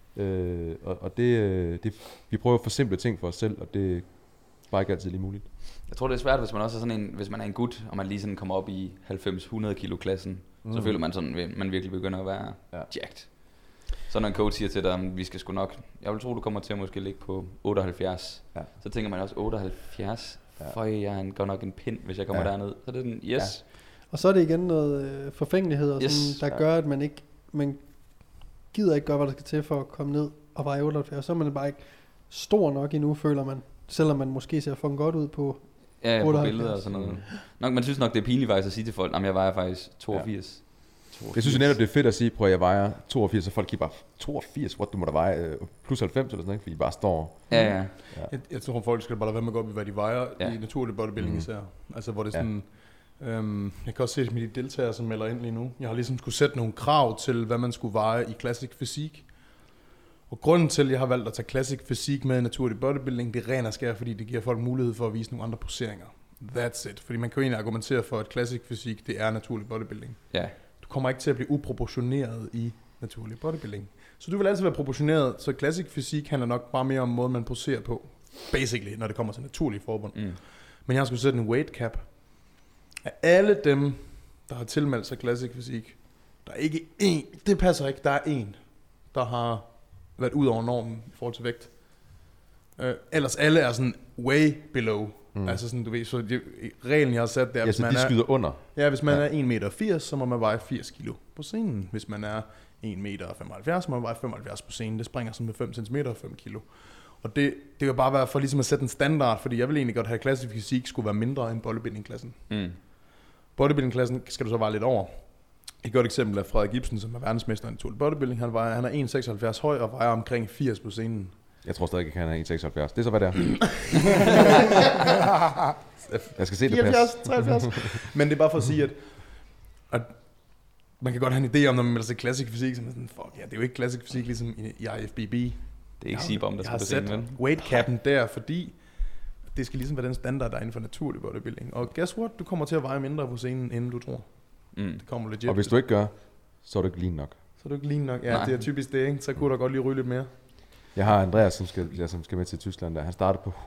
Og det, vi prøver at forsimple ting for os selv, og det er bare ikke altid lige muligt. Jeg tror, det er svært, hvis man også er sådan en, hvis man er en gut, og man lige sådan kommer op i 90-100 kilo klassen, så føler man sådan, man virkelig begynder at være jacked. Så når en coach siger til dig, vi skal sgu nok, jeg vil tro, du kommer til at måske ligge på 78. Ja. Så tænker man også, 78? For jeg er godt nok en pind, hvis jeg kommer derned. Så det er den, yes. Ja. Og så er det igen noget forfængelighed, og sådan, der gør, at man gider ikke gøre, hvad der skal til for at komme ned og veje 78. Så er man bare ikke stor nok endnu, føler man. Selvom man måske ser fucking godt ud på 78. På billeder og sådan noget. Man synes nok, det er pinligt faktisk at sige til folk, jamen jeg vejer faktisk 82. Jeg synes netop, det er fedt at sige, prøv at jeg vejer 82, så folk kigger bare, 82, what, du må da veje plus 90 eller sådan noget, fordi de bare står. Ja. Jeg tror, folk skal bare lade være med at gå op i, hvad de vejer i naturlig bodybuilding især. Altså, hvor det er sådan, jeg kan også se det med de deltagere, som melder ind lige nu. Jeg har ligesom skulle sætte nogle krav til, hvad man skulle veje i Classic Fysik. Og grunden til, at jeg har valgt at tage Classic Fysik med i naturlig bodybuilding, det er ren og skær, fordi det giver folk mulighed for at vise nogle andre poseringer. That's it. Fordi man kan jo egentlig argumentere for, at Classic Fysik, det er naturlig bodybuilding. Ja. Du kommer ikke til at blive uproportioneret i naturlig bodybuilding. Så du vil altid være proportioneret, så Classic Fysik handler nok bare mere om måden, man poserer på. Basically, når det kommer til naturlig forbund. Men jeg har skulle sætte en weight cap. Af alle dem, der har tilmeldt sig Classic Fysik, der er ikke én, det passer ikke, der er én, der har været ud over normen i forhold til vægt. Ellers alle er sådan way below. Altså sådan, du ved, så reglen jeg har sat der, hvis man de skyder under. Ja, hvis man er 1,80 meter, så må man veje 80 kilo på scenen. Hvis man er 1,75 meter, så må man veje 75 på scenen. Det springer sådan med 5 cm og 5 kilo. Og det vil bare være for ligesom at sætte en standard, fordi jeg vil egentlig godt have, at Classic Fysik skulle være mindre end bodybuilding-klassen. Bodybuilding-klassen skal du så veje lidt over. Et godt eksempel er Frederik Gibson, som er verdensmester i naturlig bodybuilding. Han er 1,76 høj og vejer omkring 80 på scenen. Jeg tror stadig ikke, han er 1,76. Det er så, hvad det er. Jeg skal se det 73. Men det er bare for at sige, at man kan godt have en idé om, når man melder sig Classic Fysik, som er sådan, fuck ja, det er jo ikke Classic Fysik ligesom i IFBB. Det er ikke Sibom, der skal på scenen. Jeg har sat weightcappen der, fordi det skal ligesom være den standard, der er inden for naturlig bodybuilding. Og guess what? Du kommer til at veje mindre på scenen, inden du tror. Det kommer legit. Og hvis du ikke gør, så er du ikke lean nok. Så er du ikke lean nok. Ja, nej. Det er typisk det, ikke? Så kunne der godt lige ryge lidt mere. Jeg har Andreas, som skal med til Tyskland der. Han startede på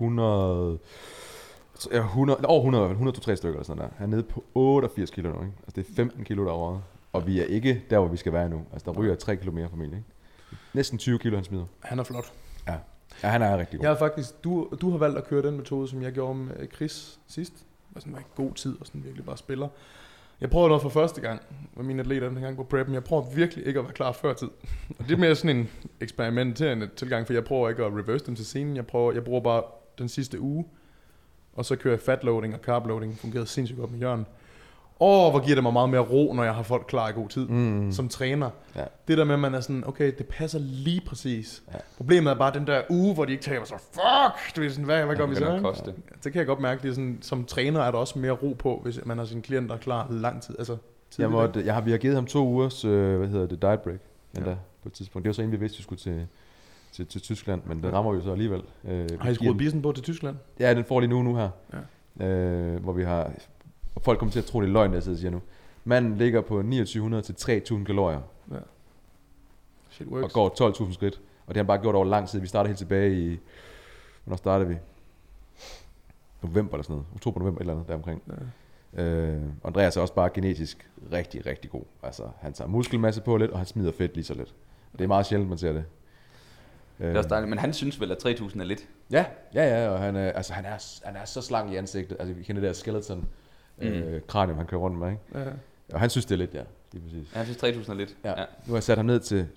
103 stykker eller sådan der. Han er nede på 88 kilo nu, ikke? Altså det er 15 kilo derovre. Og vi er ikke der, hvor vi skal være nu. Altså der ryger 3 kilo mere formentlig, ikke? Næsten 20 kilo han smider. Han er flot. Ja, han er rigtig god. Jeg har faktisk, du har valgt at køre den metode, som jeg gjorde med Chris sidst. Det var sådan en god tid og sådan virkelig bare spiller. Jeg prøvede noget for første gang med mine atleter den gang på preppen. Jeg prøver virkelig ikke at være klar før tid. Og det er mere sådan en eksperimenterende tilgang, for jeg prøver ikke at reverse dem til scenen. Jeg bruger bare den sidste uge, og så kører jeg fat loading og carb loading. Fungerede sindssygt godt med Jørgen. Hvor giver det mig meget mere ro, når jeg har folk klar i god tid som træner. Ja. Det der med, at man er sådan, okay, det passer lige præcis. Ja. Problemet er bare den der uge, hvor de ikke tager så fuck, du er sådan, hvad gør vi så? Ja, det kan jeg godt mærke, det er sådan, som træner er der også mere ro på, hvis man har sine klienter klar lang tid. Altså, vi har givet ham 2 ugers, diet break, på et tidspunkt. Det var så inden vi vidste, at vi skulle til Tyskland, men den rammer jo så alligevel. Har I skruet bissen på til Tyskland? Ja, den får lige nu her. Ja. Hvor vi har... Og folk kommer til at tro, det er løgn, der sidder og siger nu. Manden ligger på 2900 til 3000 kalorier. Ja. Shit works. Og går 12.000 skridt. Og det har han bare gjort over lang tid. Vi startede helt tilbage i... Hvornår startede vi? November eller sådan noget. Oktober, november, et eller andet deromkring. Ja. Andreas er også bare genetisk rigtig, rigtig god. Altså, han tager muskelmasse på lidt, og han smider fedt lige så lidt. Og det er meget sjældent, man ser det. Det er også dejligt, men han synes vel, at 3000 er lidt? Ja, og han er så slank i ansigtet. Altså, vi kender det der skeleton kranium, han kører rundt med, ikke? Ja. Og han synes, det er lidt, lige præcis. Ja, han synes 3000 er lidt. Ja. Nu har jeg sat ham ned til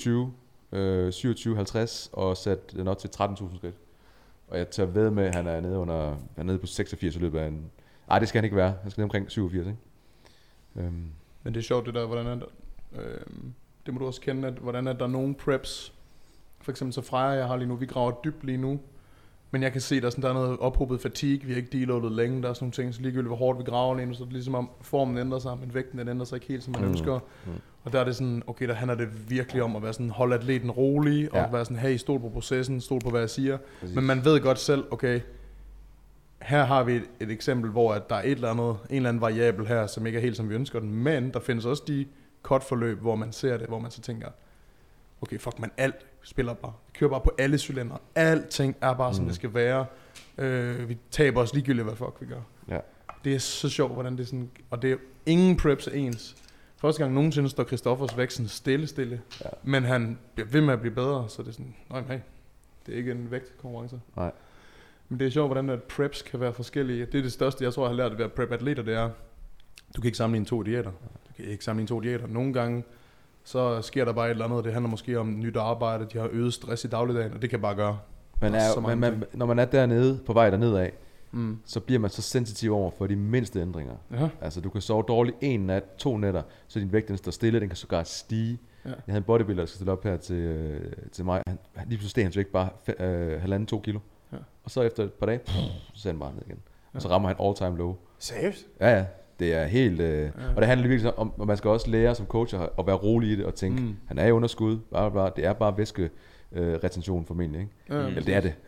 27,50 og sat den op til 13.000 skridt. Og jeg tager ved med, at han er nede på 86 i løbet af en... Ej, det skal han ikke være. Han skal ned omkring 87, ikke? Men det er sjovt, det der, hvordan er der... det må du også kende, at hvordan er der nogle preps... For eksempel så Freja, jeg har lige nu, vi graver dybt lige nu. Men jeg kan se, der er noget ophobet fatigue, vi har ikke deloadet længe, der er sådan nogle ting, så ligegyldigt hvor hårdt vi graver lige nu, så er det ligesom om formen ændrer sig, men vægten den ændrer sig ikke helt, som man ønsker. Og der er det sådan, okay, der handler det virkelig om at være sådan, holde atleten rolig, og være sådan, hey, stol på processen, stol på hvad jeg siger. Præcis. Men man ved godt selv, okay, her har vi et eksempel, hvor at der er en eller anden variabel her, som ikke er helt som vi ønsker den, men der findes også de cut-forløb, hvor man ser det, hvor man så tænker, okay, fuck man, alt spiller bare. Vi kører bare på alle cylindre. Alting er bare, som det skal være. Vi taber os ligegyldigt, hvad fuck vi gør. Ja. Det er så sjovt, hvordan det er sådan, og det er ingen preps er ens. Første gang nogensinde står Christoffers væk sådan stille, men han bliver ved med at blive bedre, så det er sådan, nej, hey, det er ikke en vægtkonkurrence. Nej. Men det er sjovt, hvordan at preps kan være forskellige. Det er det største, jeg tror, jeg har lært ved at prep atleter, det er, du kan ikke sammenligne 2 diæter. Nogle gange, så sker der bare et eller andet, det handler måske om nyt arbejde, de har øget stress i dagligdagen, og det kan bare gøre. Når man er dernede, på vej derned af, så bliver man så sensitiv over for de mindste ændringer. Ja. Altså du kan sove dårligt 1 nat, 2 nætter, så din vægt den står stille, den kan sågar stige. Ja. Jeg havde en bodybuilder, der skal stille op her til mig. Lige pludselig steg hans vægt bare 1,5-2 kilo. Ja. Og så efter et par dage, så ser han bare ned igen. Ja. Og så rammer han all time low. Seriøst? Ja. Det er helt... Og det handler virkelig om, at man skal også lære som coach at være rolig i det og tænke, han er i underskud, bla, bla, bla. Det er bare væskeretention formentlig, ikke? Eller det er det.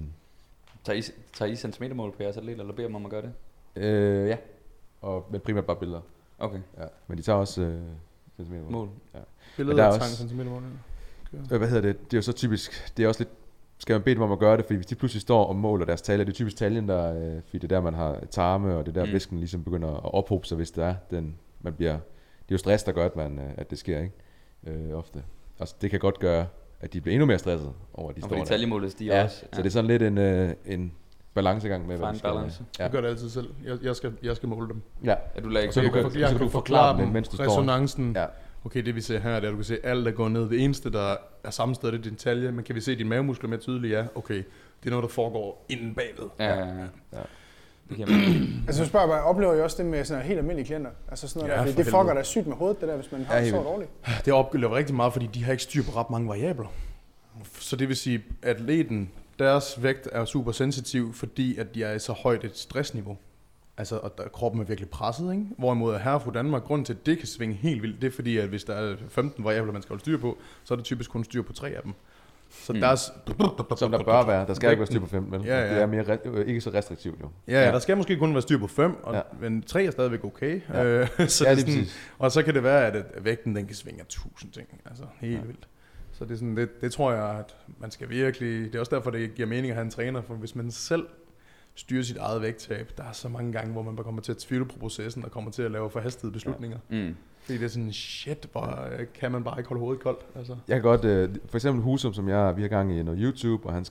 Tager I centimetermål på jeres atlet, eller beder man om at gøre det? Ja, men primært bare billeder. Okay. Ja. Men de tager også centimetermål. Mål? Ja. Billeder tager centimetermål, ja. Hvad hedder det? Det er jo så typisk, det er også lidt, skal man bede dem om at gøre det, fordi hvis de pludselig står og måler deres talje, det er typisk taljen, fordi det er der, man har tarme, og det er der, væsken ligesom begynder at ophobe sig, hvis det er, det er jo stress, der gør, at det sker, ikke? Ofte. Altså, det kan godt gøre, at de bliver endnu mere stresset over, at de står der. Og fordi taljemålet stiger også. Så det er sådan lidt en balancegang med, hvad du skal. Jeg gør det altid selv. Jeg skal måle dem. Ja. Så kan du forklare dem, mens du resonancen. Ja. Okay, det vi ser her, det er, at du kan se alt, der går ned. Det eneste, der er samme sted, det er din talje. Men kan vi se dine mavemuskler mere tydeligt? Ja, okay. Det er noget, der foregår inden bagved. Ja. Det kan man. Altså, jeg spørger bare, oplever I også det med sådan helt almindelige klienter? Altså sådan noget der, det fucker da sygt med hovedet, det der, hvis man har det så dårligt. Det oplever rigtig meget, fordi de har ikke styr på ret mange variabler. Så det vil sige, at atleten, deres vægt er super sensitiv, fordi at de er i så højt et stressniveau. Altså, og kroppen er virkelig presset, ikke? Hvorimod her fra Danmark, grunden til, at det kan svinge helt vildt, det er fordi, at hvis der er 15 variabler, man skal holde styr på, så er det typisk kun styr på 3 af dem. Så som der bør være. Der skal ikke være styr på 5, men det er mere ikke så restriktivt jo. Ja, der skal måske kun være styr på 5, men 3 er stadigvæk okay. Så det sådan, og så kan det være, at vægten den kan svinge af 1000 ting. Altså helt vildt. Så det er sådan, det tror jeg, at man skal virkelig... Det er også derfor, det giver mening at have en træner, for hvis man selv styrer sit eget vægttab, der er så mange gange, hvor man bare kommer til at tvivle på processen, og kommer til at lave forhastede beslutninger. Fordi det er sådan, shit, hvor kan man bare ikke holde hovedet koldt. Altså. Jeg kan godt, for eksempel Husum, som vi har gang i noget YouTube, og han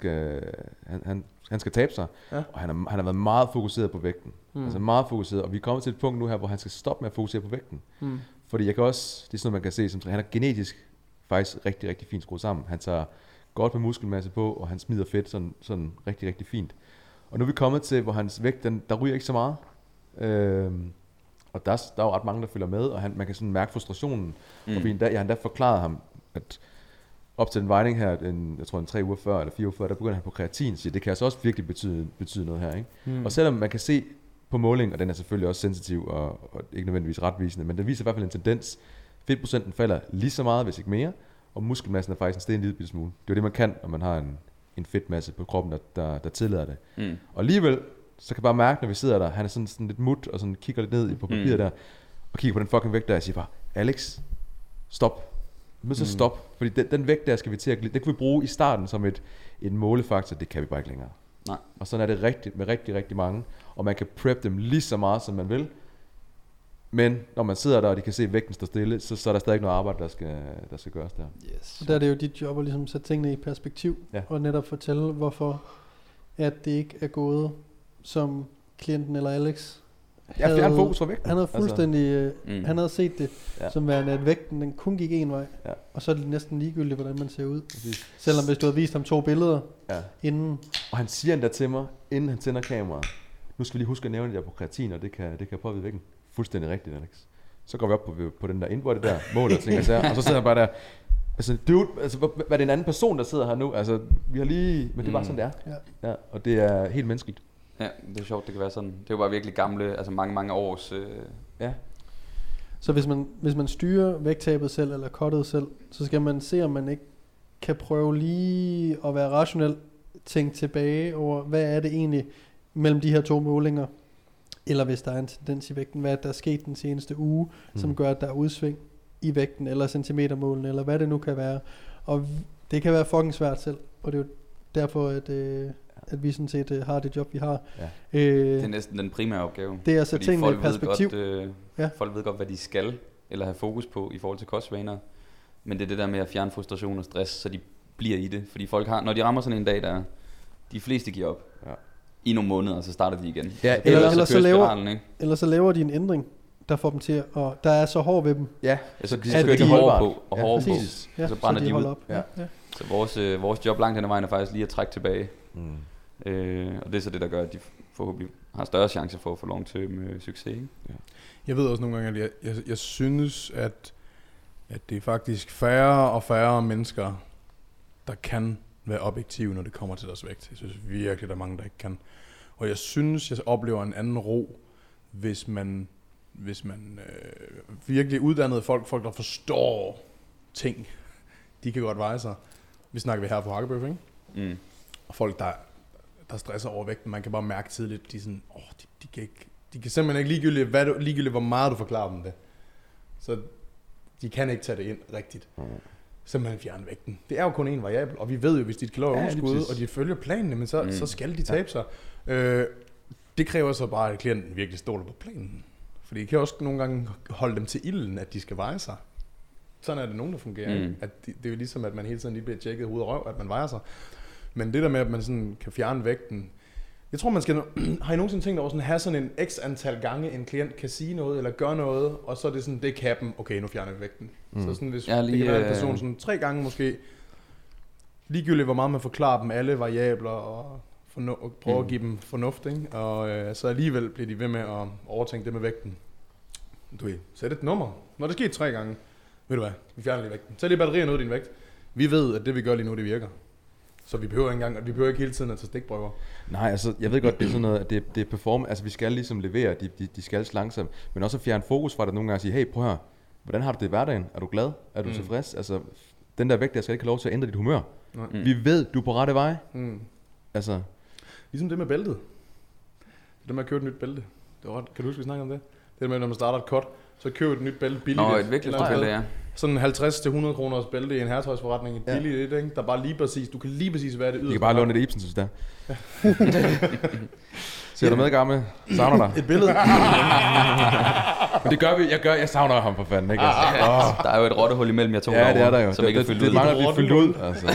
skal tabe sig, og han har været meget fokuseret på vægten. Altså meget fokuseret, og vi er kommet til et punkt nu her, hvor han skal stoppe med at fokusere på vægten. Fordi jeg kan også, det er sådan noget, man kan se, som han er genetisk faktisk rigtig, rigtig fint skruet sammen. Han tager godt med muskelmasse på, og han smider fedt sådan rigtig, rigtig fint. Og nu er vi kommet til, hvor hans vægt, der ryger ikke så meget. Og der er jo ret mange, der følger med, og man kan sådan mærke frustrationen. Og jeg har endda forklaret ham, at op til den vejning her, jeg tror 3 uger før, eller 4 uger før, der begynder han på kreatin, så det kan altså også virkelig betyde noget her. Ikke? Og selvom man kan se på måling, og den er selvfølgelig også sensitiv, og ikke nødvendigvis retvisende, men den viser i hvert fald en tendens. Fedtprocenten falder lige så meget, hvis ikke mere, og muskelmassen er faktisk en lille smule. Det er det, man kan, når man har en fedtmasse på kroppen, der tillader det. Og alligevel, så kan jeg bare mærke, når vi sidder der, han er sådan lidt mut, og sådan kigger lidt ned på papiret der, og kigger på den fucking vægt der, og siger bare, Alex, stop. Vi må så stoppe, fordi den vægt der skal vi til at glide. Det kan vi bruge i starten som en målefaktor, det kan vi bare ikke længere. Nej. Og sådan er det rigtigt med rigtig, rigtig mange, og man kan prep dem lige så meget, som man vil. Men når man sidder der, og de kan se, at vægten står stille, så er der stadig noget arbejde, der skal gøres der. Yes. Der er det jo dit job at ligesom sætte tingene i perspektiv, og netop fortælle, hvorfor at det ikke er gået, som klienten eller Alex havde. Han fokus på vægten. Han havde fuldstændig, han havde set det som værende, at vægten den kun gik en vej, og så er det næsten ligegyldigt, hvordan man ser ud. Præcis. Selvom hvis du havde vist ham 2 billeder inden. Og han siger endda til mig, inden han tænder kameraet, nu skal vi lige huske at nævne det der på kreatin, og det kan påvirke vægten. Fuldstændig rigtigt, Alex. Så går vi op på den der indbøjde der, mål og ting og så sidder han bare der, Altså, dude, altså, hvad er det en anden person, der sidder her nu? Altså, vi har lige... Men det er bare sådan, det er. Ja, og det er helt menneskeligt. Ja, det er sjovt, det kan være sådan. Det er jo bare virkelig gamle, altså mange års... Ja. Så hvis man styrer vægttabet selv, eller cuttet selv, så skal man se, om man ikke kan prøve lige at være rationel, tænke tilbage over, hvad er det egentlig mellem de her to målinger, eller hvis der er en tendens i vægten, hvad der er sket den seneste uge, som gør, at der er udsving i vægten, eller centimetermålene, eller hvad det nu kan være. Og det kan være fucking svært selv, og det er jo derfor, at vi sådan set har det job, vi har. Ja. Det er næsten den primære opgave. Det er altså tingene i perspektiv. Folk ved godt, hvad de skal, eller have fokus på i forhold til kostvaner. Men det er det der med at fjerne frustration og stress, så de bliver i det. Fordi folk har, når de rammer sådan en dag, der de fleste giver op i nogle måneder, så starter de igen. Ja, eller så laver de en ændring, der får dem til at, der er så hård ved dem. Ja, så kører de hårde på, og hårde på, ja, så brænder de ud. Op. Ja. Så vores job langt hen ad vejen er faktisk lige at trække tilbage. Og det er så det, der gør, at de forhåbentlig har større chance for at få long-term succes. Ikke? Ja. Jeg ved også nogle gange, at jeg synes, at det er faktisk færre og færre mennesker, der kan være objektive, når det kommer til deres vægt. Jeg synes virkelig, der er mange, der ikke kan. Og jeg synes, jeg oplever en anden ro, hvis man virkelig uddannede folk, der forstår ting, de kan godt veje sig. Vi snakker vi her på Hakkebøf, ikke? Og folk, der stresser over vægten, man kan bare mærke tidligt, de er sådan, de kan simpelthen ikke ligegyldigt hvor meget du forklarer dem det. Så de kan ikke tage det ind rigtigt. Simpelthen fjerne vægten. Det er jo kun en variabel, og vi ved jo, hvis de er kalorier overskud, og de følger planene, men så skal de tabe sig. Det kræver så bare, at klienten virkelig stoler på planen. Fordi det kan også nogle gange holde dem til ilden, at de skal veje sig. Sådan er det nogen, der fungerer. At det er jo ligesom, at man hele tiden lige bliver tjekket hoved og røv, at man vejer sig. Men det der med, at man sådan kan fjerne vægten, jeg tror, man skal... Har I nogensinde tænkt over sådan, have sådan en x antal gange, en klient kan sige noget, eller gøre noget, og så er det sådan, det er kappen, okay, nu fjerner vi vægten. Så sådan, hvis det kan være en person sådan 3 gange måske, ligegyldigt hvor meget man forklarer dem alle variabler, og prøve at give dem fornuft, ikke? Og så alligevel bliver de ved med at overtænke det med vægten. Du ved, sæt et nummer. Når det sker 3 gange, ved du hvad, vi fjerner lige vægten. Tag lige batterierne ud af din vægt. Vi ved, at det vi gør lige nu, det virker. Så vi behøver ikke hele tiden at tage stikprøver. Nej, altså jeg ved godt, det er sådan noget, at det er perform, altså vi skal ligesom levere, de skal langsomt, men også at fjerne fokus fra det nogle gange og sige, hey, prøv her, hvordan har du det i hverdagen? Er du glad? Er du tilfreds? Altså, den der vægt, der skal ikke have lov til at ændre dit humør. Vi ved, du er på rette vej. Altså. Ligesom det med bæltet. Det med at købe et nyt bælte. Det var ret, kan du huske, vi snakker om det? Det med, når man starter et cut, så køber et nyt bælte billigt. Nå, et virkelig stort bælte, ja. Sådan 50-100 kroners bælte i en herretøjsforretning. Et billigt, ikke? Der bare lige præcis, du kan lige præcis være det yderste. Du kan bare låne et Ibsen, synes jeg. Ser du med, gamle? Savner dig. Et billede. Men det gør vi. Jeg savner ham for fanden, ikke? Altså. Der er jo et rottehul imellem jer to derovre. Ja, det er der jo. Som ikke er fyldt ud. Det mangler at blive fyldt ud. Altså.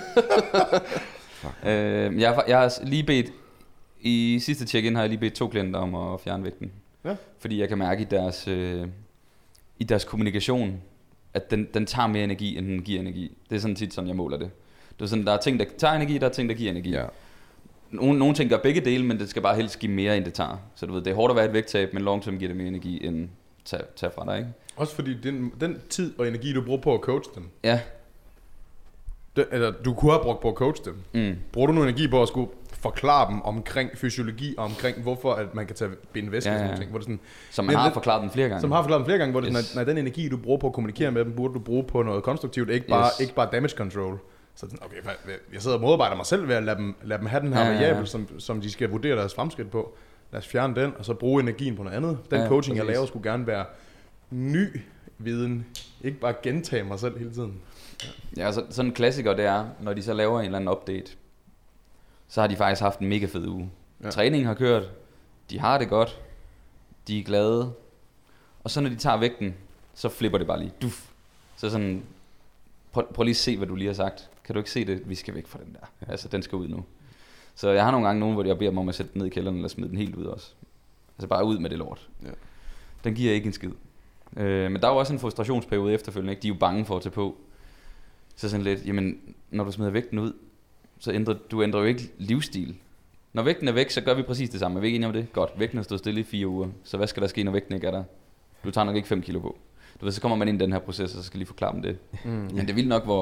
Jeg har lige bedt, i sidste check-in har jeg lige bedt 2 klienter om at fjerne vægten. Ja. Fordi jeg kan mærke i deres kommunikation, at den tager mere energi, end den giver energi. Det er sådan tit, som jeg måler det. Det er sådan, der er ting, der tager energi, der er ting, der giver energi. Ja. Nogle ting gør begge dele, men det skal bare helst give mere, end det tager. Så du ved, det er hårdt at være et vægttab, men long term giver det mere energi, end tage fra dig, ikke? Også fordi den tid og energi, du bruger på at coache dem. Ja. Eller du kunne have brugt på at coache dem. Bruger du noget energi på at skulle forklare dem omkring fysiologi og omkring hvorfor at man kan tage binde væske og sådan ting, hvor det sådan, som man har forklaret dem flere gange. Som har forklaret dem flere gange, hvor det sådan, nej, den energi du bruger på at kommunikere med dem, burde du bruge på noget konstruktivt, ikke bare damage control. Så okay, jeg sidder og modarbejder mig selv ved at lade dem have den her variabel, som de skal vurdere deres fremskridt på. Lad os fjerne den, og så bruge energien på noget andet. Den coaching, jeg laver, skulle gerne være ny viden, ikke bare gentage mig selv hele tiden. Ja, sådan en klassiker, det er, når de så laver en eller anden update, så har de faktisk haft en mega fed uge. Ja. Træningen har kørt, de har det godt, de er glade, og så når de tager vægten, så flipper det bare lige. Duf. Så sådan, prøv lige at se, hvad du lige har sagt. Kan du ikke se det? Vi skal væk fra den der. Ja. Altså, den skal ud nu. Så jeg har nogle gange nogen, hvor jeg beder dem om at sætte den ned i kælderen, eller smide den helt ud også. Altså bare ud med det lort. Ja. Den giver ikke en skid. Men der er jo også en frustrationsperiode efterfølgende, ikke? De er jo bange for at tage på. Så sådan lidt, jamen, når du smider vægten ud, så ændrer jo ikke livsstil. Når vægten er væk, så gør vi præcis det samme. Er vi ikke enige om det? Godt, vægten har stået stille i 4 uger. Så hvad skal der ske, når vægten ikke er der? Du tager nok ikke 5 kilo på. du ved, så kommer man ind i den her proces, og så skal lige forklare dem det. Men det er vildt nok,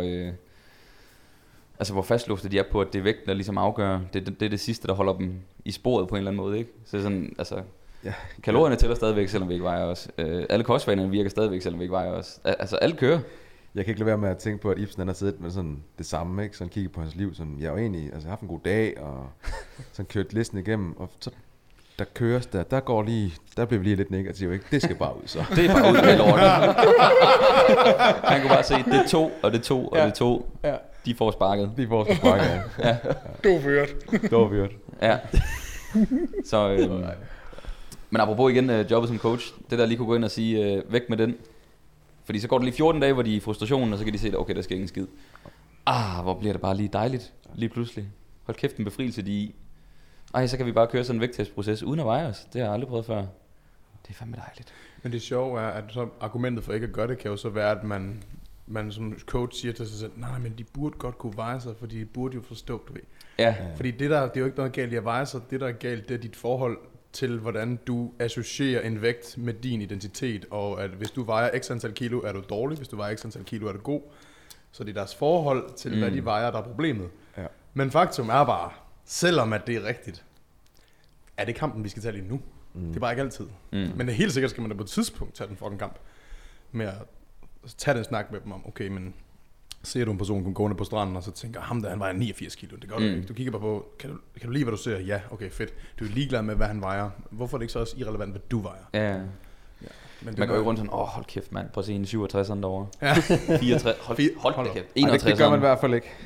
hvor fastlåste de er på, at det er vægten, der ligesom afgør. Det er det sidste, der holder dem i sporet på en eller anden måde, ikke? Så sådan, altså, kalorierne tæller stadigvæk, selvom vi ikke vejer os. Alle kostvanerne virker stadigvæk, selvom vi ikke vejer os. Altså, alle kører. Jeg kan ikke lade være med at tænke på, at Ibsen har siddet med sådan det samme, ikke? Sådan kigge på hans liv, sådan, jeg har jo egentlig haft en god dag, og sådan kørt listen igennem, og så der køres der bliver vi lige lidt negativ, ikke? Det skal bare ud, så. Det er bare ud af lorten. Han kunne bare se, det er 2, og det er 2, og det er 2. Ja. De får sparket. Ja. Du er fyret. Ja. Så, men apropos igen jobbet som coach, det der lige kunne gå ind og sige, væk med den. Fordi så går det lige 14 dage, hvor de er i frustrationen, og så kan de se, at okay, der sker ingen skid. Hvor bliver det bare lige dejligt, lige pludselig. Hold kæft, en befrielse de er i. Så kan vi bare køre sådan en vægttestproces uden at veje os. Det har jeg aldrig prøvet før. Det er fandme dejligt. Men det sjove er, at så argumentet for ikke at gøre det, kan jo så være, at man som coach siger til sig selv, nej, men de burde godt kunne veje sig, fordi de burde jo forstå, du ved. Ja. Fordi det er jo ikke noget galt i at veje sig. Det, der er galt, det er dit forhold til, hvordan du associerer en vægt med din identitet. Og at hvis du vejer x antal kilo, er du dårlig. Hvis du vejer x antal kilo, er du god. Så det er deres forhold til, hvad de vejer, der er problemet. Ja. Men faktum er bare, selvom at det er rigtigt, er det kampen, vi skal tage lige nu. Det er bare ikke altid. Men det helt sikkert skal man da på et tidspunkt tage den fucking kamp. Med at tage den snak med dem om, okay, men ser du en person komme gående på stranden, og så tænker, ham der, han vejer 89 kilo. Det gør du ikke. Du kigger bare på, kan du lide, hvad du ser? Ja, okay, fedt. Du er ligeglad med, hvad han vejer. Hvorfor er det ikke så også irrelevant, hvad du vejer? Ja. Men man går jo rundt sådan, hold kæft mand, prøv at se en 67'eren derovre. Ja. 64, hold da kæft. 61'eren. Det gør man i hvert fald ikke.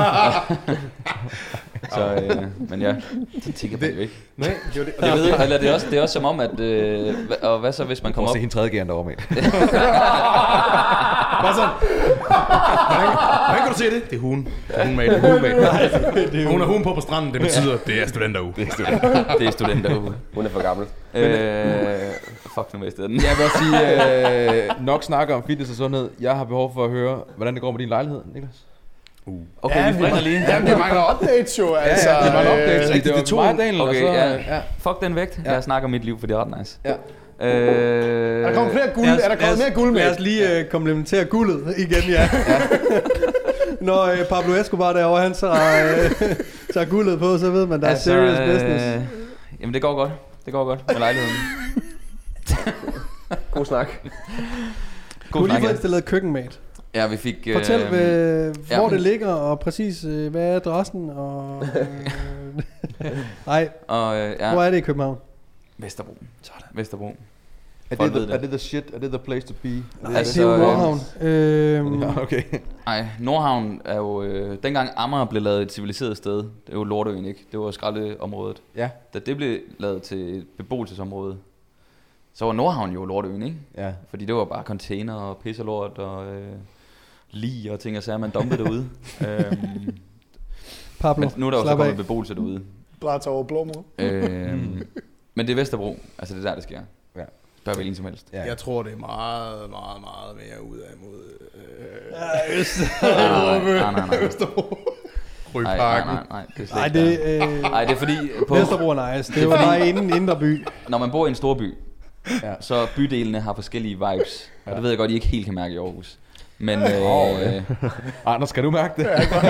Så, men ja, det tænker man jo ikke. Nej, det er det. Jeg ved, eller det er også som om, at, og hvad så hvis man kommer op? Prøv at se hende tredje gæren derovre med. Bare sådan. Hvordan kan du se det? Det er hun. Det er hun, mate. Hun er hun på stranden, det betyder, det er studenteruge. Det er studenteruge. Hun er for gammel. Fuck, nu mistede den. Jeg vil også sige, nok snakker om fitness og sundhed. Jeg har behov for at høre, hvordan det går med din lejlighed, Niklas. Okay, ja, vi springer lige. Jamen, det mangler updates jo, altså. Ja, det mangler updates. Det var mig, Daniel, okay, og så... Ja. Fuck den vægt. Jeg snakker om mit liv, for det er ret nice. Ja. Er der kommet flere guld? Er der kommet mere guld med? Lad os lige komplementere guldet igen, ja. Når Pablo Escobar derovre, han tager guldet på, så ved man, der er serious business. Jamen, det går godt. Det går godt med lejligheden. God snak. Du har lige fået installeret et køkkenmat. Ja, vi fik... Fortæl, hvor det ligger, og præcis, hvad er adressen, og... Nej, hvor er det i København? Vesterbro. Sådan. Vesterbro. Er det the shit? Er det the place to be? Nej, det er jo Nordhavn. Ja, okay. Nej, Nordhavn er jo... dengang Amager blev lavet et civiliseret sted, det er jo Lorteøen, ikke? Det var skraldeområdet. Ja. Da det blev lavet til et beboelsesområde, så var Nordhavn jo Lorteøen, ikke? Ja. Fordi det var bare container og pisse og lort og lig og ting og sager, man dumpede derude. Pablo, men nu er der jo så kommet beboelse derude. Blart over Blåmod. Men det er Vesterbro, altså det er der, det sker. Ja. Bør vel en som helst. Ja. Jeg tror, det er meget, meget, meget mere ud af mod... Nej. Østerbro. Ryparken. Nej, det er slet ikke. Nej, det er fordi... Vesterbro er nice. Det er bare inden indre by. Når man bor i en stor by, så bydelene har forskellige vibes. Og det ved jeg godt, I ikke helt kan mærke i Aarhus. Men... Anders, skal du mærke det?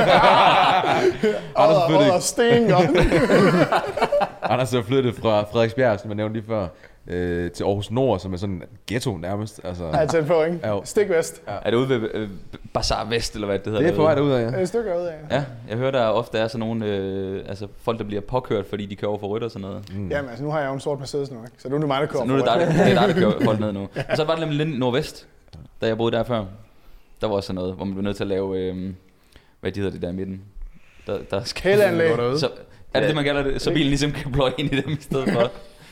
Anders stengang. Anders er flyttet fra Frederiksbjerg, som jeg nævnte lige før, til Aarhus Nord, som er sådan en ghetto nærmest. Altså, ja, tæt på, ikke? Stik vest. Ja. Er det ude ved Bazaar Vest, eller hvad det hedder? Det er på vej derudad, ja. Det er et stykke derudad, ja. Jeg hører, der ofte er sådan nogle altså folk, der bliver påkørt, fordi de kører over for rødt og sådan noget. Jamen, altså nu har jeg jo en sort Mercedes nu, ikke? Så nu er det mig, der kører. Så nu er det dig, der kører folk ned nu. Og så var det nemlig lidt nordvest, da jeg boede der før. Der var også sådan noget, hvor man blev nødt til at lave, hvad de hedder det der i midten? Der skal Kæleanlæg. Så er det det, man kalder det? Så bilen ligesom kan pløje ind i dem i stedet for.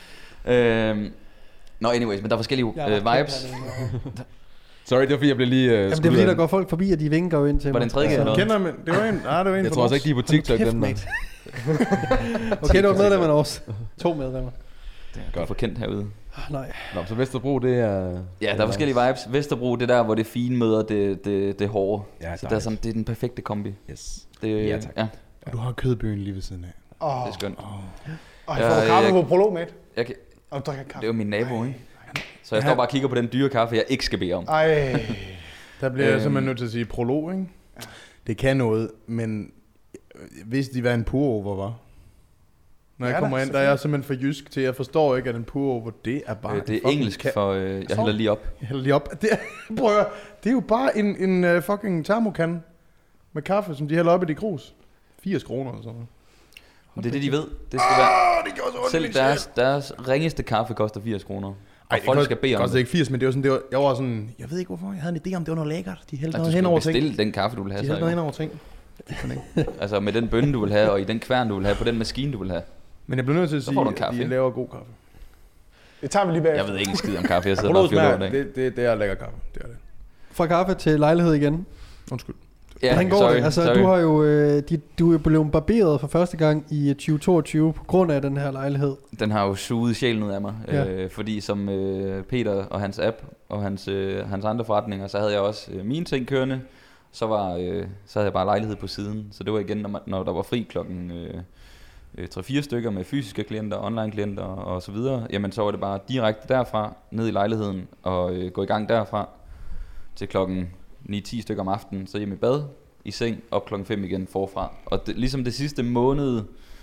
Anyways, men der er forskellige vibes. Sorry, det var fordi, jeg blev lige... Jamen, det er fordi, der går folk forbi, og de vinker jo ind til mig. Var det en tredje eller noget? Kender man? Det var en, det var en. Jeg tror også ikke, de er på TikTok, dem der. Okay, det var medlemmerne også. 2 medlemmer. Det er godt for kendt herude. Nej. Nå, så Vesterbro, det er... Ja, der er forskellige vibes. Vesterbro, det er der, hvor det fine møder det hårde. Ja, så det er, sådan, det er den perfekte kombi. Yes. Det, ja, tak. Ja. Og du har kødbyen lige ved siden af. Det er skønt. Og jeg får kaffe på prolog med. Det er jo min nabo, ikke? Så jeg står bare og kigger på den dyre kaffe, jeg ikke skal bede om. Ej. Der bliver jeg simpelthen nødt til at sige prolog, ikke? Ja. Det kan noget, men hvis de var en pour-over, var? Når jeg kommer ind, der er jeg simpelthen for jysk til, jeg forstår ikke, at en pour-over, det er bare... det er engelsk for, jeg hælder lige op. Jeg hælder lige op. Prøv at høre, det er jo bare en fucking termokande med kaffe, som de hælder op i det grus. 80 kroner eller sådan noget. Det er det, de ved. Det skal være... Selv deres ringeste kaffe koster 80 kroner. Ej, folk skal bede om det. Kostede ikke 80, men det var sådan, jeg var sådan, jeg ved ikke hvorfor, jeg havde en idé om, det var noget lækkert. De hældte noget hen over ting. Du skal bestille den kaffe, du vil have. De hældte noget hen over ting. Altså med den bønne, du vil have, og i den kværn, du vil have, på den maskine, du vil have. Men jeg bliver nødt til at sige, at de laver god kaffe. Det tager vi lige bagefter. Jeg ved ikke en skid om kaffe, jeg sidder bare og fylder over det er lækker kaffe, det er det. Fra kaffe til lejlighed igen. Undskyld. Ja, hvordan går det? Altså, du har jo du er blevet barberet for første gang i 2022 på grund af den her lejlighed. Den har jo suget sjælen ud af mig, fordi som Peter og hans app og hans andre forretninger, så havde jeg også mine ting kørende. Så havde jeg bare lejlighed på siden. Så det var igen, når der var fri klokken 3-4 stykker med fysiske klienter, online klienter og så videre. Jamen så var det bare direkte derfra, ned i lejligheden og gå i gang derfra til klokken 9-10 stykker om aftenen, så hjem i bad, i seng, op klokken 5 igen forfra. Og ligesom det sidste måned,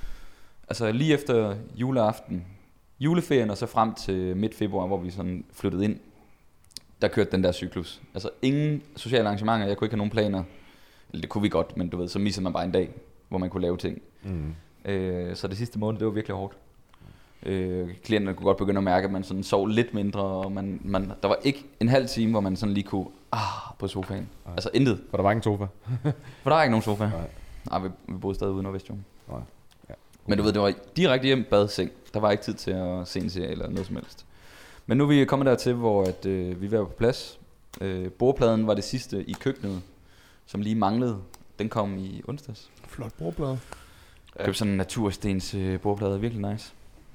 altså lige efter juleaften, juleferien og så frem til midt februar, hvor vi sådan flyttede ind, der kørte den der cyklus. Altså ingen sociale arrangementer, jeg kunne ikke have nogen planer. Eller det kunne vi godt, men du ved, så missede man bare en dag, hvor man kunne lave ting. Så det sidste måned, det var virkelig hårdt. Klienterne kunne godt begynde at mærke, at man sådan sov lidt mindre, og der var ikke en halv time, hvor man sådan lige kunne på sofaen. Nej. Altså intet. For der var ingen sofa. For der er ikke nogen sofa. Nej, vi boede stadig ude i Nordvestjylland. Ja. Men du ved, det var direkte hjem, bad, seng. Der var ikke tid til at se en serie eller noget som helst. Men nu er vi kommet dertil, hvor vi var på plads. Bordpladen var det sidste i køkkenet, som lige manglede. Den kom i onsdags. Flot bordplade. Jeg købte sådan en naturstens bordplade, virkelig nice.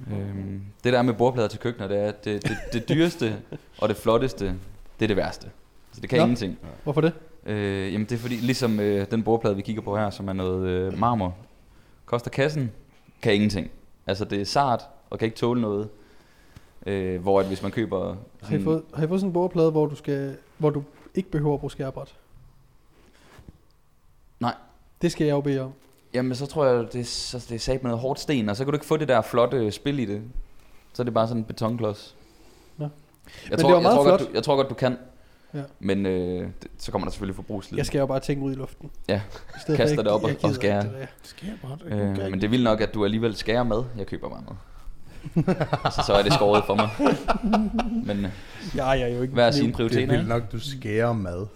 Det der med bordplader til køkkener, det er det dyreste og det flotteste, det er det værste. Så det kan ingenting. Hvorfor det? Jamen det er fordi, ligesom den bordplade vi kigger på her, som er noget marmor, koster kassen, kan ingenting. Altså det er sart og kan ikke tåle noget. Hvor at hvis man køber... Har I fået sådan en bordplade, hvor du ikke behøver at bruge skærebræt? Nej. Det skal jeg jo bede om. Jamen så tror jeg, det er sat med noget hårdt sten, og så kan du ikke få det der flotte spil i det. Så er det bare sådan en betonklods. Nå. Jeg tror godt, du kan. Ja. Men så kommer der selvfølgelig forbrugslid. Jeg skal jo bare tænke ud i luften. Ja, kaster det op og skærer. Men det er vildt nok, at du alligevel skærer med. Jeg køber bare med. Så er det skåret for mig. Men jeg er jo ikke hvad er sine prioriteter? Det er vildt nok, du skærer mad.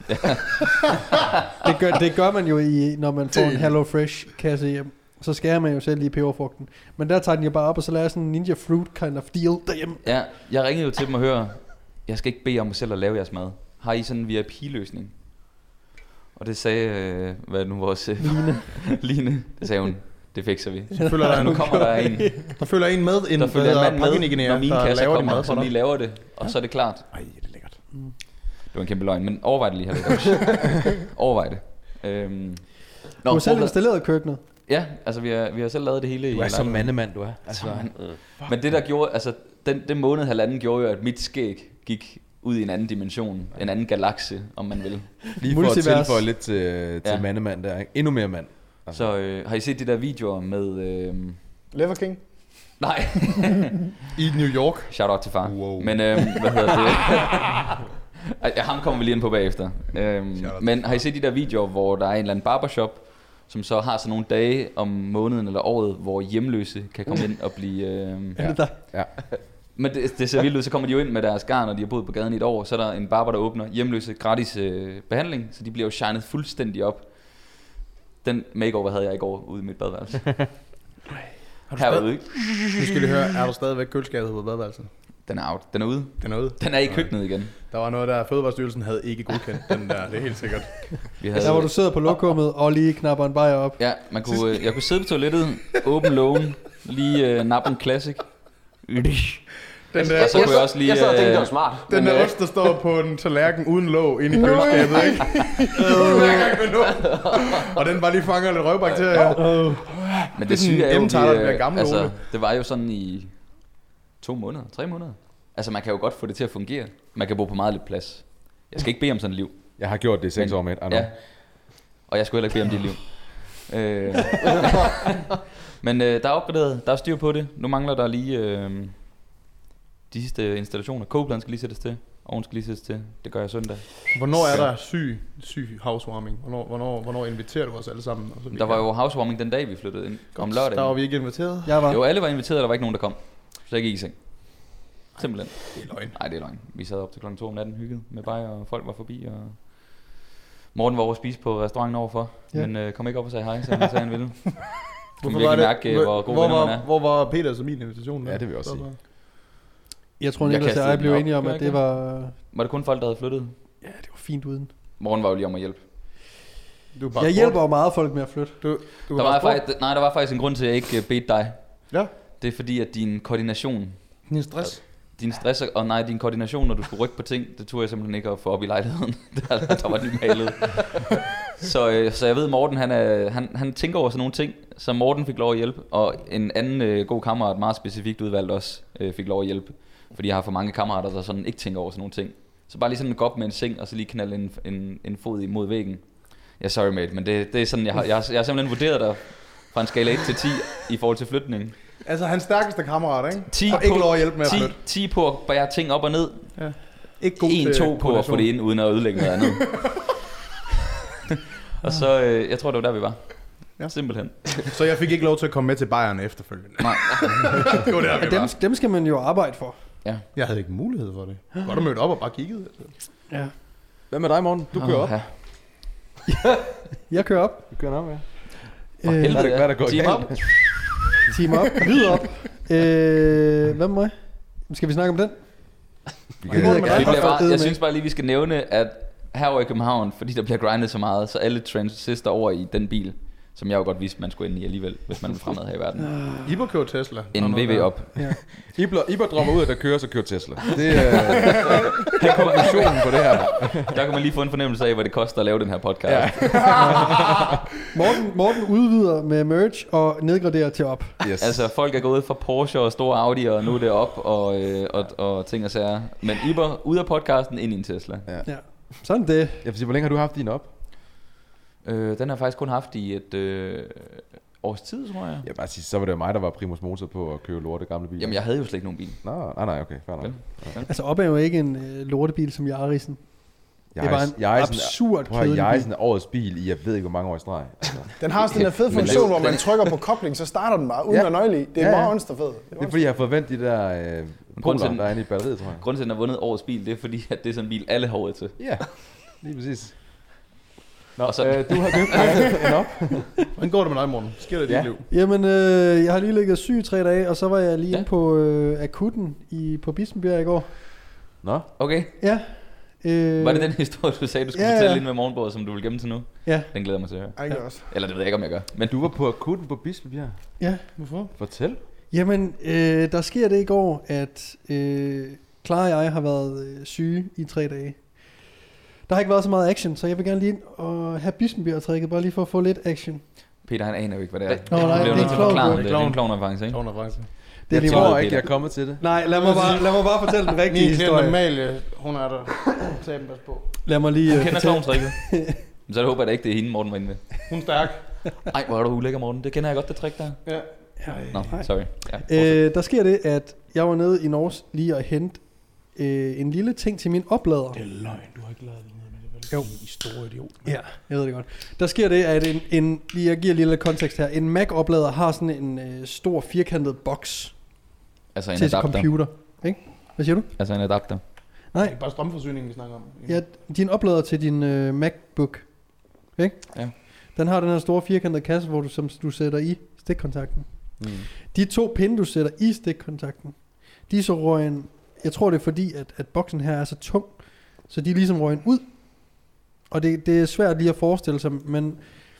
det gør man jo, når man får en Hello Fresh kasse hjem. Så skærer man jo selv lige peberfrugten. Men der tager den jo bare op, og så laver jeg sådan en ninja fruit kind of deal derhjemme. Ja, jeg ringede jo til dem og høre, jeg skal ikke bede om selv at lave jeres mad. Har I sådan en VIP-løsning? Og det sagde, hvad er nu vores... Line. Det sagde hun, det fikser vi. Så følger der nu kommer der en. Der følger en med, der følger en mand med, når mine kasser kommer, som lige laver det. Og så er det klart. Ej, det er lækkert. Det var en kæmpe løgn, men overvej det lige her. Overvej det. Du har selv installeret køkkenet? Ja, altså vi har selv lavet det hele. Du er så mandemand, du er. Altså, men det der gjorde, altså den måned halvanden gjorde jo, at mit skæg gik ud i en anden dimension, en anden galakse, om man vil. Lige for at tilføje lidt til mandemand der, ikke? Endnu mere mand. Altså. Så har I set de der videoer med... Lever King? Nej. I New York. Shout out til far. Wow. Men hvad hedder det? Ham kommer vi lige ind på bagefter. Men har I set de der videoer, hvor der er en eller anden barbershop, som så har sådan nogle dage om måneden eller året, hvor hjemløse kan komme ind og blive... Ja. Men det ser vildt ud, så kommer de jo ind med deres garn, og de har boet på gaden i et år, så er der en barber, der åbner hjemløse gratis behandling, så de bliver jo shined fuldstændig op. Den makeover havde jeg i går ude i mit badeværelse. Herude, ikke? Nu skal lige høre, er der stadigvæk køleskabet på badeværelset? Den er out. Den er ude. Den er i køkkenet igen. Der var noget der, Fødevarestyrelsen havde ikke godkendt den der, det er helt sikkert. Der hvor du sidder på lokummet og lige knapper en bajer op. Ja, jeg kunne sidde på toilettet, åbne lågen, lige nappe en classic. Den der, så kunne jeg også lige... Jeg sad og tænkte, det var smart. Den der ost, der står på en tallerken uden låg inde i køleskabet, ikke? Og den bare lige fanger lidt røvbakterier. Men det syge er jo, altså, det var jo sådan i 2 måneder, 3 måneder, Altså man kan jo godt få det til at fungere. Man kan bo på meget lidt plads. Jeg skal ikke bede om sådan et liv. Jeg har gjort det i 6 år med ja. Og jeg skulle heller ikke bede om dit liv. Men der er opgraderet, der er styr på det. Nu mangler der lige de sidste installationer. Kogepladen skal lige sættes til. Ovnen skal lige sættes til. Det gør jeg søndag. Hvornår er der syg housewarming? Hvornår inviterer du os alle sammen? Der var jo housewarming den dag vi flyttede ind. Om lørdagen. Der var vi ikke inviteret? Jo, alle var inviteret, der var ikke nogen der kom. Så jeg gik i seng. Simpelthen. Det er løgn. Nej, det er løgn. Vi sad op til klokken 2 om natten, hygget med bajer, og folk var forbi, og Morten var over at spise på restauranten overfor, men kom ikke op og sagde hej, så han sagde han ville. Hvorfor var det? Mærke, hvor god venner man er. Hvor var Peters og min invitation? Ja, det vil jeg også sige. Jeg tror, Niklas og jeg blev enige om, at det var... Var det kun folk, der havde flyttet? Ja, det var fint uden. Morten var jo lige om at hjælpe. Jeg hjælper jo meget folk med at flytte. Der var faktisk en grund til, at jeg ikke bedte dig. Ja. Det er fordi, at din koordination... Din stress? Din koordination, når du skulle rykke på ting, det turde jeg simpelthen ikke at få op i lejligheden. der var lige malet. Så jeg ved, Morten han tænker over sådan nogle ting, så Morten fik lov at hjælpe, og en anden god kammerat, meget specifikt udvalgt også, fik lov at hjælpe. Fordi jeg har for mange kammerater, der sådan ikke tænker over sådan nogle ting. Så bare lige sådan gå op med en seng, og så lige knalde en fod imod væggen. Ja, sorry mate, men det er sådan, jeg har simpelthen vurderet dig fra en skala 1 til 10 i forhold til flytning. Altså hans stærkeste kammerat, ikke? 10 og ikke lov at hjælpe med at flytte. 10 på at bære ting op og ned. Ja. Ikke god 1-2 på at få det ind, uden at ødelægge noget andet. Og så, jeg tror det var der vi var. Ja. Simpelthen. Så jeg fik ikke lov til at komme med til Bayern efterfølgende. Nej. Det var der, vi var. Dem skal man jo arbejde for. Ja. Jeg havde ikke mulighed for det. Godt at møde op og bare kiggede. Ja. Hvad med dig, Morten? Du kører op. Ja. Jeg kører op. Du kører op, ja. Helvede, hvad der går team op. Team op. Lyd op. Hvad med mig? Skal vi snakke om den? Jeg synes bare lige, vi skal nævne, at herovre i København, fordi der bliver grindet så meget, så alle transistor over i den bil, som jeg jo godt vidste, man skulle ind i alligevel, hvis man vil fremad her i verden. Iber kører Tesla. En VW op. Ja. Iber drømmer ud, at der kører, så kører Tesla. Det er konklusionen på det her. Der kan man lige få en fornemmelse af, hvad det koster at lave den her podcast. Ja. Morten udvider med merch og nedgraderer til op. Yes. Altså folk er gået fra Porsche og store Audi, og nu er det op og ting og sager. Men Iber ud af podcasten ind i en Tesla. Ja. Sådan det. Jeg vil sige, hvor længe har du haft din op? Den har jeg faktisk kun haft i et års tid, tror jeg. Jeg bare sige, så var det jo mig, der var primus motor på at købe lorte gamle biler. Jamen, jeg havde jo slet ikke nogen bil. Nej, okay, fair nok. Ja. Altså, op er jo ikke en lortebil som Yarisen. Det var en absurd kedelig bil. Yarisen er årets bil i, jeg ved ikke, hvor mange år i streg. Altså. Den har sådan en fed funktion, hvor man trykker på kobling, så starter den bare, uden at nøgle i. Det er meget åndstigt fedt. Det er fordi, jeg har fået vendt de der poler, der er inde i batteriet, tror jeg. Grunden til, at den har vundet årets bil, det er fordi, at det er sådan en bil, alle har råd til. Ja, lige præcis. Nå, du har købt en op. Hvordan går det med dig, Morten? Sker det i dit liv? Jamen, jeg har lige ligget syg i 3 dage, og så var jeg lige inde på akutten på Bispebjerg i går. Nå? Okay. Ja. Var det den historie, du sagde, du skulle fortælle ind med morgenbordet, som du vil gemme til nu? Ja. Den glæder mig til at høre. Jeg også. Eller det ved jeg ikke, om jeg gør. Men du var på akutten på Bispebjerg? Ja. Hvorfor? Fortæl. Jamen, der sker det i går, at Clara og jeg har været syge i 3 dage. Der har ikke været så meget action, så jeg vil gerne lige ind og have Bispebjerg-trækket, bare lige for at få lidt action. Peter, han aner jo ikke, hvad det er. Nå, nej, det er en klovn. Det er en klovnerfaring, ikke? Jeg tror ikke, jeg er kommet til det. Nej, lad mig bare fortælle den rigtige historie. Min Amalie, hun er der. Tag dem pas på. Lad mig lige du kender klovntrækket. Så håber jeg da ikke, det er hende, Morten var inde med. Hun er stærk. Ej, hvor er du ulækker, Morten. Det kender jeg godt, det trick der. Ja. Nå, sorry. Ja, der sker det, at jeg var nede i Norge lige og hente en lille ting til min oplader. Det er løgn, du har ikke lavet det noget med det, vel? Jo. I store idiot. Ja, jeg ved det godt. Der sker det, at jeg giver lige lidt kontekst her. En Mac-oplader har sådan en stor firkantet boks altså en til adapter. Computer. Ikke? Hvad siger du? Altså en adapter. Nej. Det er bare strømforsyningen, vi snakker om. Ja, din oplader til din MacBook. Ikke? Ja. Den har den her store firkantede kasse, hvor du sætter i stikkontakten. Mm. De 2 pinde, du sætter i stikkontakten, de er så røgen. Jeg tror, det er fordi, at boksen her er så tung, så de er ligesom røgen ud. Og det er svært lige at forestille sig, men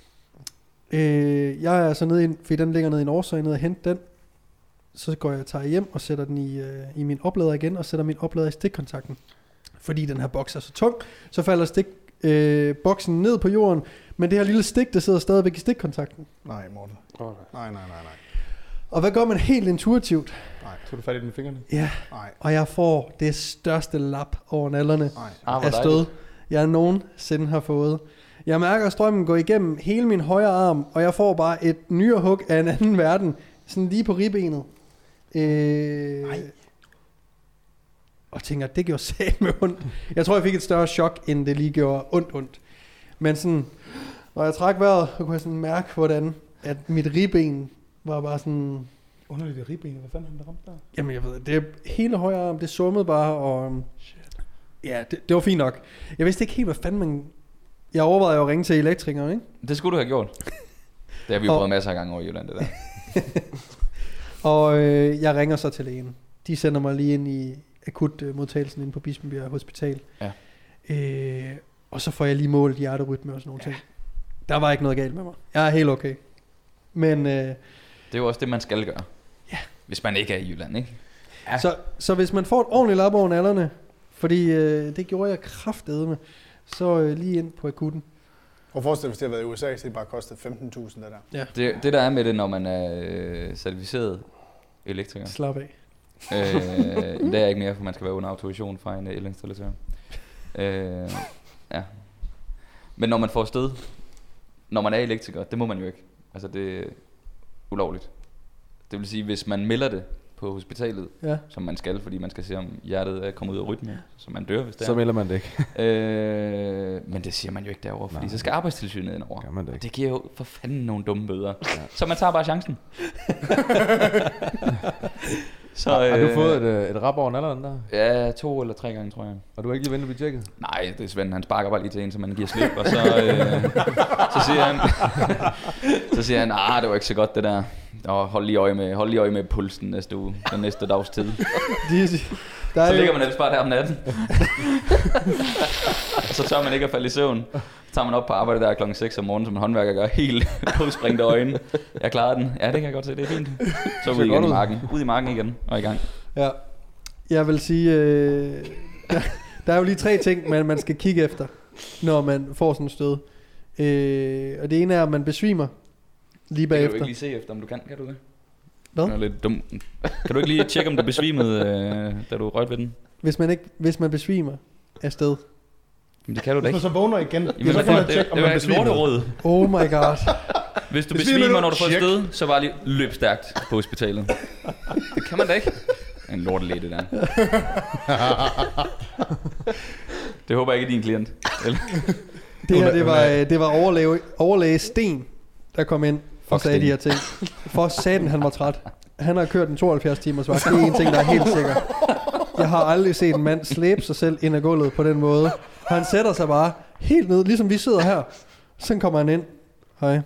jeg er så nede fordi den ligger nede i Norge, så jeg er nede og hente den. Så går jeg og tager hjem og sætter den i min oplader igen, og sætter min oplader i stikkontakten. Fordi den her boks er så tung, så falder boksen ned på jorden, men det her lille stik, der sidder stadigvæk i stikkontakten. Nej, Morten. Nej. Og hvad gør man helt intuitivt? Nej, tog du fat i dine fingrene? Ja, Nej. og jeg får det største lap over nallerne Nej. af stød, jeg nogensinde har fået. Jeg mærker strømmen gå igennem hele min højre arm, og jeg får bare et nyere hug af en anden verden, sådan lige på ribbenet. Og tænker, det gjorde satme ondt. Jeg tror, jeg fik et større chok, end det lige gjorde ondt. Men sådan, når jeg trak vejret, så kunne jeg sådan mærke, hvordan at mit ribben var bare sådan... Underligt ribben, hvad fanden har han ramt der? Jamen jeg ved, det hele højre arm, det summede bare, og... Ja, det var fint nok. Jeg vidste ikke helt, hvad fanden man... Jeg overvejede jo at ringe til elektrikeren, ikke? Det skulle du have gjort. Det har vi jo prøvet masser af gange over i Jylland, det der. Og jeg ringer så til lægen. De sender mig lige ind i akutmodtagelsen inde på Bispebjerg Hospital. Ja. Og så får jeg lige målt hjerterytme og sådan nogle ting. Der var ikke noget galt med mig. Jeg er helt okay. Men... det er jo også det, man skal gøre. Ja. Hvis man ikke er i Jylland, ikke? Ja. Så hvis man får et ordentligt lap over nallerne, fordi det gjorde jeg kraftedeme, så lige ind på akutten. Og forestil dig, hvis det har været i USA, så det bare kostet 15.000 der. Ja. Det der er med det, når man er certificeret elektriker. Slap af. Det er ikke mere, for man skal være under autorisation fra en elinstallatør. Ja. Men når man får sted, når man er elektriker, det må man jo ikke. Altså det er ulovligt. Det vil sige, hvis man melder det på hospitalet, som man skal, fordi man skal se, om hjertet er kommet ud af rytme, så man dør, hvis det så melder man det ikke. Men det siger man jo ikke derovre, fordi så skal Arbejdstilsynet ind over. Man det, og det giver jo for fanden nogle dumme bøder. Ja. Så man tager bare chancen. Så, har du fået et rap over nalleren der? Ja, 2 eller 3 gange, tror jeg. Og du har ikke lige ventet at blive tjekket? Nej, det er Svend, han sparker bare lige til en, så man giver slip, og så siger han, det var ikke så godt det der. Og hold lige øje med pulsen næste uge, den næste dags tid. Så ligger man ellers bare der om natten. Og så tør man ikke at falde i søvn. Så tager man op på arbejde der klokken 6 om morgenen, som en håndværker gør, helt påspringte øjne. Jeg klarede den. Ja, det kan jeg godt se, det er fint. Så ud igen i marken. Ud i marken igen og i gang. Ja, jeg vil sige, der er jo lige 3 ting, man skal kigge efter, når man får sådan et stød. Og det ene er, at man besvimer lige bagefter. Kan du ikke lige se efter, om du kan du det? Hvad? Det er lidt dum. Kan du ikke lige tjekke, om du besvimede, da du rørte ved den? Hvis man besvimer af sted. Men det kan du da ikke. Hvis man så vågner igen, det var et lorteråd. Oh my god. Hvis du besvimer, når du får et sted, så bare lige løb stærkt på hospitalet. Det kan man da ikke. En lortelæge, det der. Det håber jeg ikke er din klient. Det var overlæge Sten, der kom ind og sagde de her ting. For satan, han var træt. Han har kørt en 72 timers vagt. Det er en ting, der er helt sikker. Jeg har aldrig set en mand slæbe sig selv ind ad gulvet på den måde. Han sætter sig bare helt ned, ligesom vi sidder her. Så kommer han ind. Hej.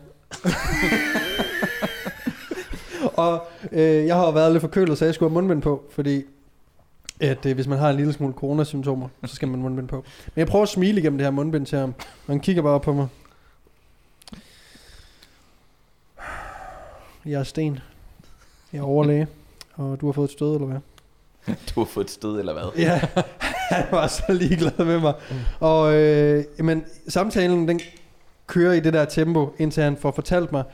Og jeg har været lidt forkølet, så jeg skulle have mundbind på, fordi at hvis man har en lille smule coronasymptomer, så skal man mundbind på. Men jeg prøver at smile igennem det her mundbind til ham, og han kigger bare op på mig. Jeg er Sten. Jeg er overlæge, og du har fået et stød, eller hvad? Du har fået et stød, eller hvad? Ja, han var så ligeglad med mig. Og men samtalen, den kører i det der tempo, indtil han får fortalt mig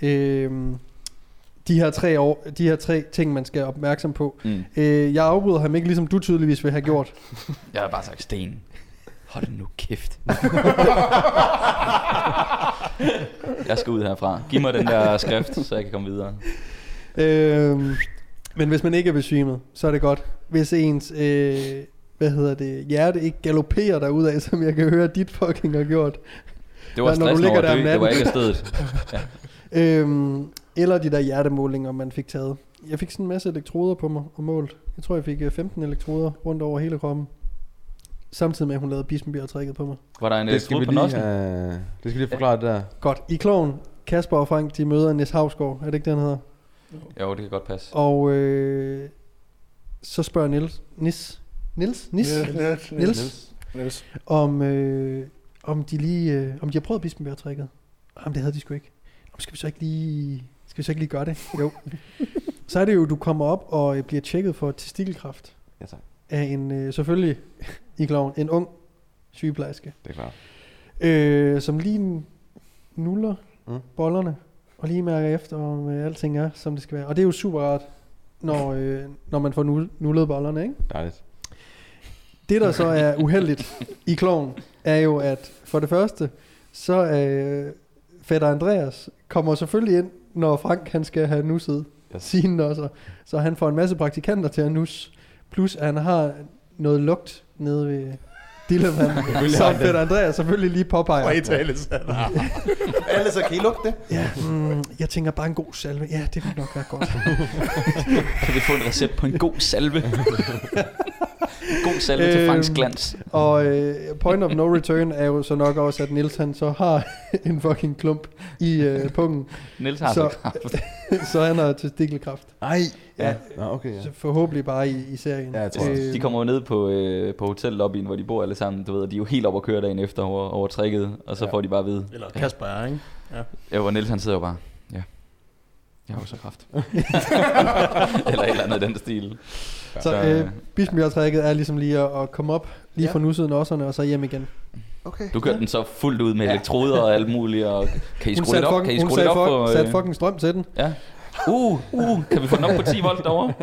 de her tre ting, man skal være opmærksom på. Jeg afbryder ham ikke, ligesom du tydeligvis vil have gjort. Jeg har bare sagt, Sten, hold nu kæft. Jeg skal ud herfra. Giv mig den der skrift, så jeg kan komme videre. Men hvis man ikke er besvimet, så er det godt. Hvis ens hjerte ikke galopperer derudad, som jeg kan høre, dit fucking har gjort. Det var stress over at dø, det var ikke afstedet. Ja. Eller de der hjertemålinger, man fik taget. Jeg fik sådan en masse elektroder på mig og målt. Jeg tror, jeg fik 15 elektroder rundt over hele kroppen. Samtidig med, at hun lavede Bispebjerg-trækket på mig. Var der en elektrode på nossen? Det skal vi lige forklare det der. Godt. I Kloven, Kasper og Frank, de møder Niels Hausgaard. Er det ikke det, han hedder? Jo, det kan godt passe. Og så spørger Niels om de har prøvet Bispebjerg-trækket. Jamen, det havde de sgu ikke. Skal vi så ikke lige gøre det? Jo. Så er det jo, du kommer op og bliver tjekket for testikelkræft. Ja, tak. Af en, selvfølgelig, i Kloven, en ung sygeplejerske. Det er klart. Som lige nuller bollerne og lige mærker efter, om alting er, som det skal være. Og det er jo super rart, når man får nullet bollerne, ikke? Dejligt. Det, der så er uheldigt i kloven, er jo, at for det første, så fætter Andreas kommer selvfølgelig ind, når Frank han skal have nusset sine også. Så han får en masse praktikanter til at nusse. Plus, at han har noget lugt nede ved Dillermand, som fætter Andreas selvfølgelig lige påpeger. Og i tale sådan. Alle så kan I lugte det? Ja, jeg tænker bare en god salve. Ja, det vil nok være godt. Kan vi få en recept på en god salve? God salve til Franks glans. Og point of no return er jo så nok også, at Niels han så har en fucking klump i pungen. Niels har så kraft. Så han har testikelkræft. Nej. Ja, okay. Ja. Så forhåbentlig bare i serien. Ja, de kommer jo ned på hotellobbyen, hvor de bor alle sammen, du ved, og de er jo helt op at køre dagen efter over tricket, og så får de bare at vide. Eller Kasper er, ikke? Ja, hvor Niels han sidder jo bare, ja, jeg har jo så kraft. Eller et eller andet den stil. Så Bispebjerg-trækket er ligesom lige at komme op, lige fra nusseden osserne, og så hjem igen. Okay. Du kørte den så fuldt ud med elektroder og alt muligt, og kan I skrue lidt op? Hun satte fucking strøm til den. Ja. Kan vi få den op på 10 volt derovre?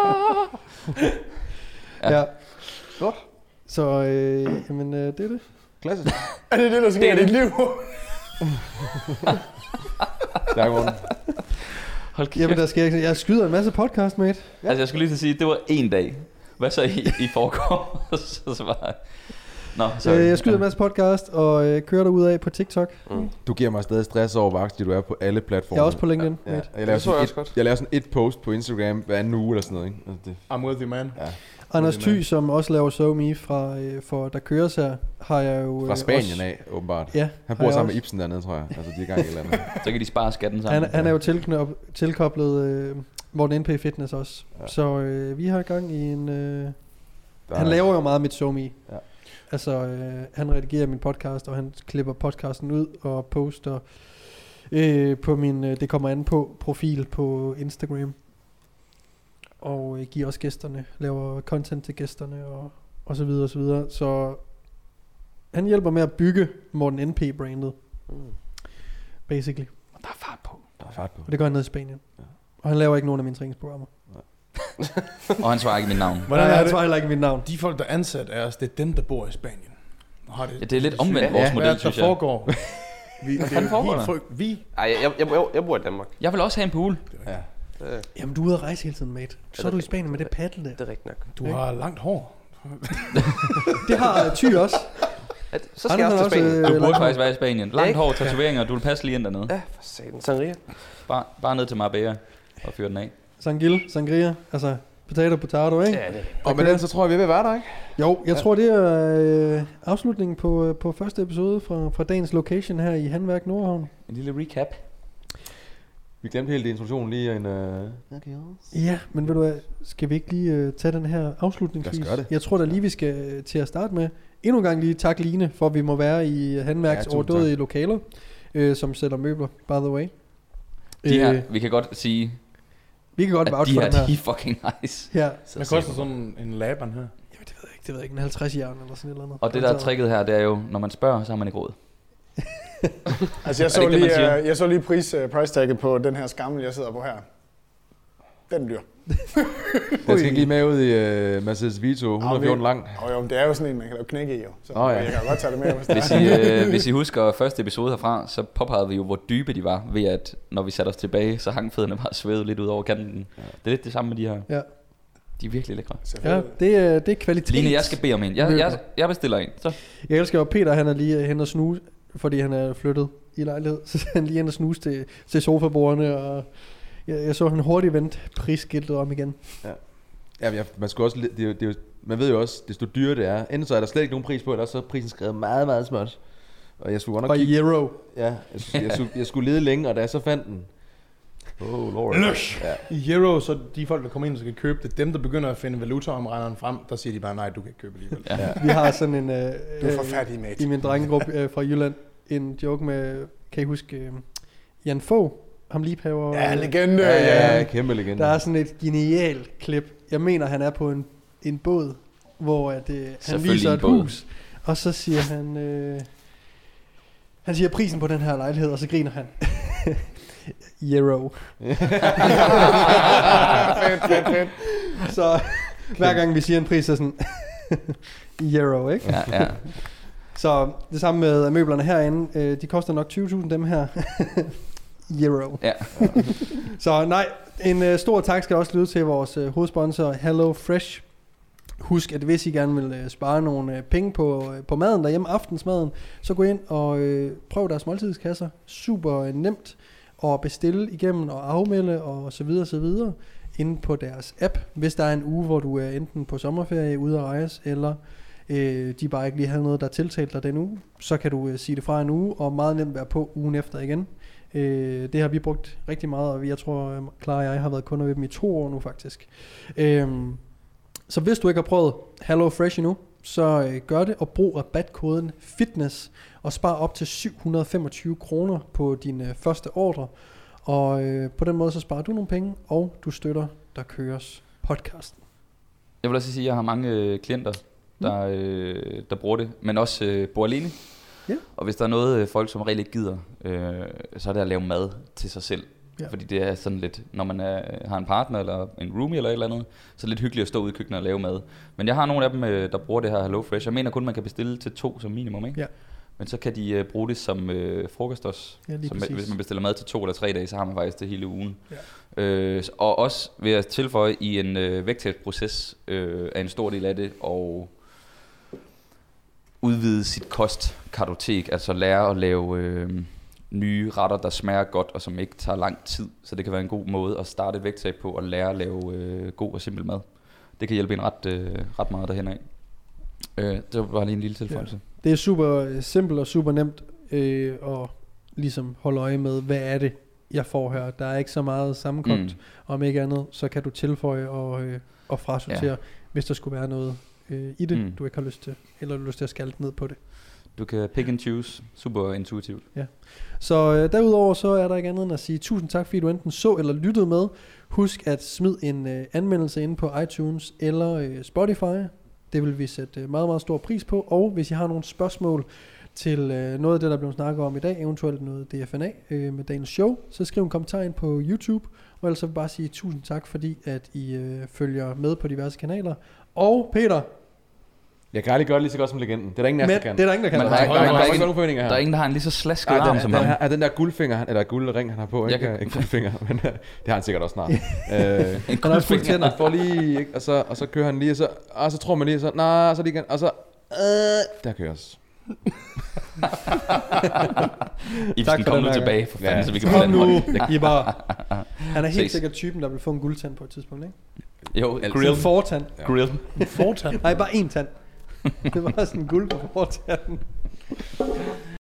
Ja. Godt. Så, jamen, det er det. Klasse. Er det det, der sker i dit liv? Tak, Morten. Hold kæft. Jamen, der sker ikke. Jeg skyder en masse podcast, mate. Ja. Altså, jeg skulle lige til at sige, det var en dag. Hvad så i foregår? så var... Nå, jeg skyder en masse podcast og kører derud af på TikTok. Du giver mig stadig stress over, hvor aktiv du er på alle platforme. Jeg er også på LinkedIn. Ja. Jeg laver sådan et post på Instagram hver anden uge eller sådan noget. Ikke? Altså det. I'm with you, man. Ja. Anders Thy, som også laver SoMe for Der Køres her, har jeg jo fra Spanien også, af, åbenbart. Ja, han bor sammen med Ibsen dernede, tror jeg. Altså, de er gang i et eller andet. Så kan de spare skatten sammen. Han er jo tilkoblet Morten NP Fitness også. Ja. Så vi har gang i en... han laver jo meget mit SoMe. Ja. Altså, han redigerer min podcast, og han klipper podcasten ud og poster på min Det kommer an på profil på Instagram. Og giver også gæsterne, laver content til gæsterne og så videre og så videre. Så han hjælper med at bygge Morten NP-brandet. Basically. Og der er fart på. Og det gør han ned i Spanien. Ja. Og han laver ikke nogen af mine træningsprogrammer. Og han svarer ikke mit navn. Hvordan er det? Han svarer heller ikke mit navn. De folk, der er ansat af os, det er dem, der bor i Spanien. Ja, det er lidt omvendt vores model, synes jeg. Hvad foregår? Hvad fanden foregår der? Jeg bor i Danmark. Jeg vil også have en pool. Ja. Jamen, du er ude at rejse hele tiden, mate. Så er du i Spanien med det paddle der. Det er rigtigt nok. Du har langt hår. Det har Thy også. Så skal jeg også til Spanien. Du burde faktisk være i Spanien. Langt hår, tatoveringer, du vil passe lige ind dernede. Ja, for satan. Sangria. Bare ned til Marbella og fyre den af. Sangria, altså potato, ikke? Ja, det. Og med den, så tror jeg, vi er ved at være der, ikke? Jo, jeg tror, det er afslutningen på første episode fra dagens location her i Handværk Nordhavn. En lille recap. Vi glemte helt introduktionen lige en... Ja, men ved du hvad, skal vi ikke lige tage den her afslutningsvis? Lad os gøre det. Jeg tror da lige, vi skal til at starte med. Endnu en gang lige tak Line, for at vi må være i Handværks overdådige lokaler, som sælger møbler, by the way. De her, vi kan godt sige... Vi kan godt vouch for den her. De er fucking nice. Ja. Hvad koster sådan en Laban her? Jamen, det ved jeg ikke. En 50 jern eller sådan et eller andet. Og det der tricket her, det er jo, når man spørger, så har man ikke råd. Altså, jeg så lige price tagget på den her skammel, jeg sidder på her. Den dyr. Jeg skal ikke lige med ud i Mercedes Vito, 114 lang. Jo, det er jo sådan en, man kan lave knække i jo. Så jeg kan godt tage det med. Hvis I husker første episode herfra, så påpegede vi jo, hvor dybe de var, ved at når vi satte os tilbage, så hang fødderne bare svævet lidt ud over kanten. Ja. Det er lidt det samme med de her. Ja. De er virkelig lækre. Ja, det er kvalitet. Line, jeg skal bede om en. Jeg bestiller en. Så. Jeg elsker jo, Peter han er lige hen og snuse, fordi han er flyttet i lejlighed. Så han lige hen og snuse til sofabordene, og jeg så han hurtigt vendte prisskiltet om igen. Ja, man skulle også, det er jo, man ved jo også, desto dyrere det er. Enten så er der slet ikke nogen pris på, eller så er prisen skrevet meget, meget småt. Og jeg skulle godt nok kigge... euro. Ja, jeg skulle lede længe, og da jeg så fandt den... Lord. I euro, så de folk, der kommer ind og skal købe det, dem, der begynder at finde valutaomregneren frem, der siger de bare, nej, du kan ikke købe alligevel. Ja. Vi har sådan en... du er forfærdelig, mate. I min drengegruppe fra Jylland, en joke med, kan I huske, Jan Fogh, ham liebhaver... Ja, legende. Ja, kæmpe legende. Der er sådan et genialt klip. Jeg mener, han er på en båd, hvor han viser et hus, og så siger han... han siger prisen på den her lejlighed, og så griner han. Euro. Fedt. Så hver gang vi siger en pris, så sådan Euro, ikke? Ja. Så det samme med møblerne herinde. De koster nok 20.000, dem her. Euro. Ja. Så nej, en stor tak skal også lyde til vores hovedsponsor Hello Fresh. Husk, at hvis I gerne vil spare nogle penge på maden derhjemme, aftensmaden, så gå ind og prøv deres måltidskasser. Super nemt at bestille igennem og afmelde og så videre inde på deres app. Hvis der er en uge, hvor du er enten på sommerferie, ude at rejse, eller de bare ikke lige havde noget, der tiltalte dig den uge, så kan du sige det fra en uge, og meget nemt være på ugen efter igen. Det har vi brugt rigtig meget, og jeg tror, Clara og jeg har været kunder ved dem i 2 år nu faktisk. Så hvis du ikke har prøvet Hello Fresh endnu, så gør det og brug rabatkoden FITNESS og spar op til 725 kroner på din første ordre. Og på den måde så sparer du nogle penge, og du støtter Der Køres podcasten. Jeg vil også sige, at jeg har mange klienter, der bruger det, men også bor alene. Ja. Og hvis der er noget folk som regel ikke gider, så er det at lave mad til sig selv. Ja. Fordi det er sådan lidt, når man har en partner eller en roomie eller et eller andet, så er det lidt hyggeligt at stå ude i køkkenet og lave mad. Men jeg har nogle af dem, der bruger det her Hello Fresh. Jeg mener kun, man kan bestille til 2 som minimum, ikke? Ja. Men så kan de bruge det som frokost også. Ja, hvis man bestiller mad til 2 eller 3 dage, så har man faktisk det hele ugen. Ja. Og også vil jeg tilføje, i en vægttabsproces er en stor del af det, og udvide sit kostkartotek, altså lære at lave nye retter, der smager godt, og som ikke tager lang tid. Så det kan være en god måde at starte et vægttab på, og lære at lave god og simpel mad. Det kan hjælpe en ret meget derhen af. Det var bare lige en lille tilføjelse. Ja. Det er super simpelt og super nemt at ligesom holde øje med, hvad er det, jeg får her. Der er ikke så meget sammenkogt, om ikke andet, så kan du tilføje og frasortere, hvis der skulle være noget i det, du ikke har lyst til, eller du har lyst til at skalte ned på det. Du kan pick and choose, super intuitivt. Ja. Så derudover så er der ikke andet end at sige tusind tak, fordi du enten så eller lyttede med. Husk at smid en anmeldelse inde på iTunes eller Spotify. Det vil vi sætte meget, meget stor pris på. Og hvis I har nogle spørgsmål til noget af det, der blev snakket om i dag, eventuelt noget DFNA med dagens show, så skriv en kommentar ind på YouTube. Og ellers så vil jeg bare sige tusind tak, fordi at I følger med på diverse kanaler. Og Peter, jeg kan aldrig gøre det lige så godt som legenden. Det er der ingen af der kan. Det er der ingen, der kan. Der er ingen, der har en lige så slasket arm som ham. Er den der guldfinger, eller guldring, han har på, ikke guldfinger, men det har han sikkert også snart. En guldfinger. Han får lige, ikke? Og så kører han lige, og så tror man lige, så lige igen, og så, der køres. Ibsen, kom nu tilbage, for fanden, så vi kan få den nu. Han er helt sikkert typen, der vil få en guldtand på et tidspunkt, ikke? Jo, grill. En fortand. Grill. En fortand? Nej, bare én tand. Det var sådan en guld på fortanden.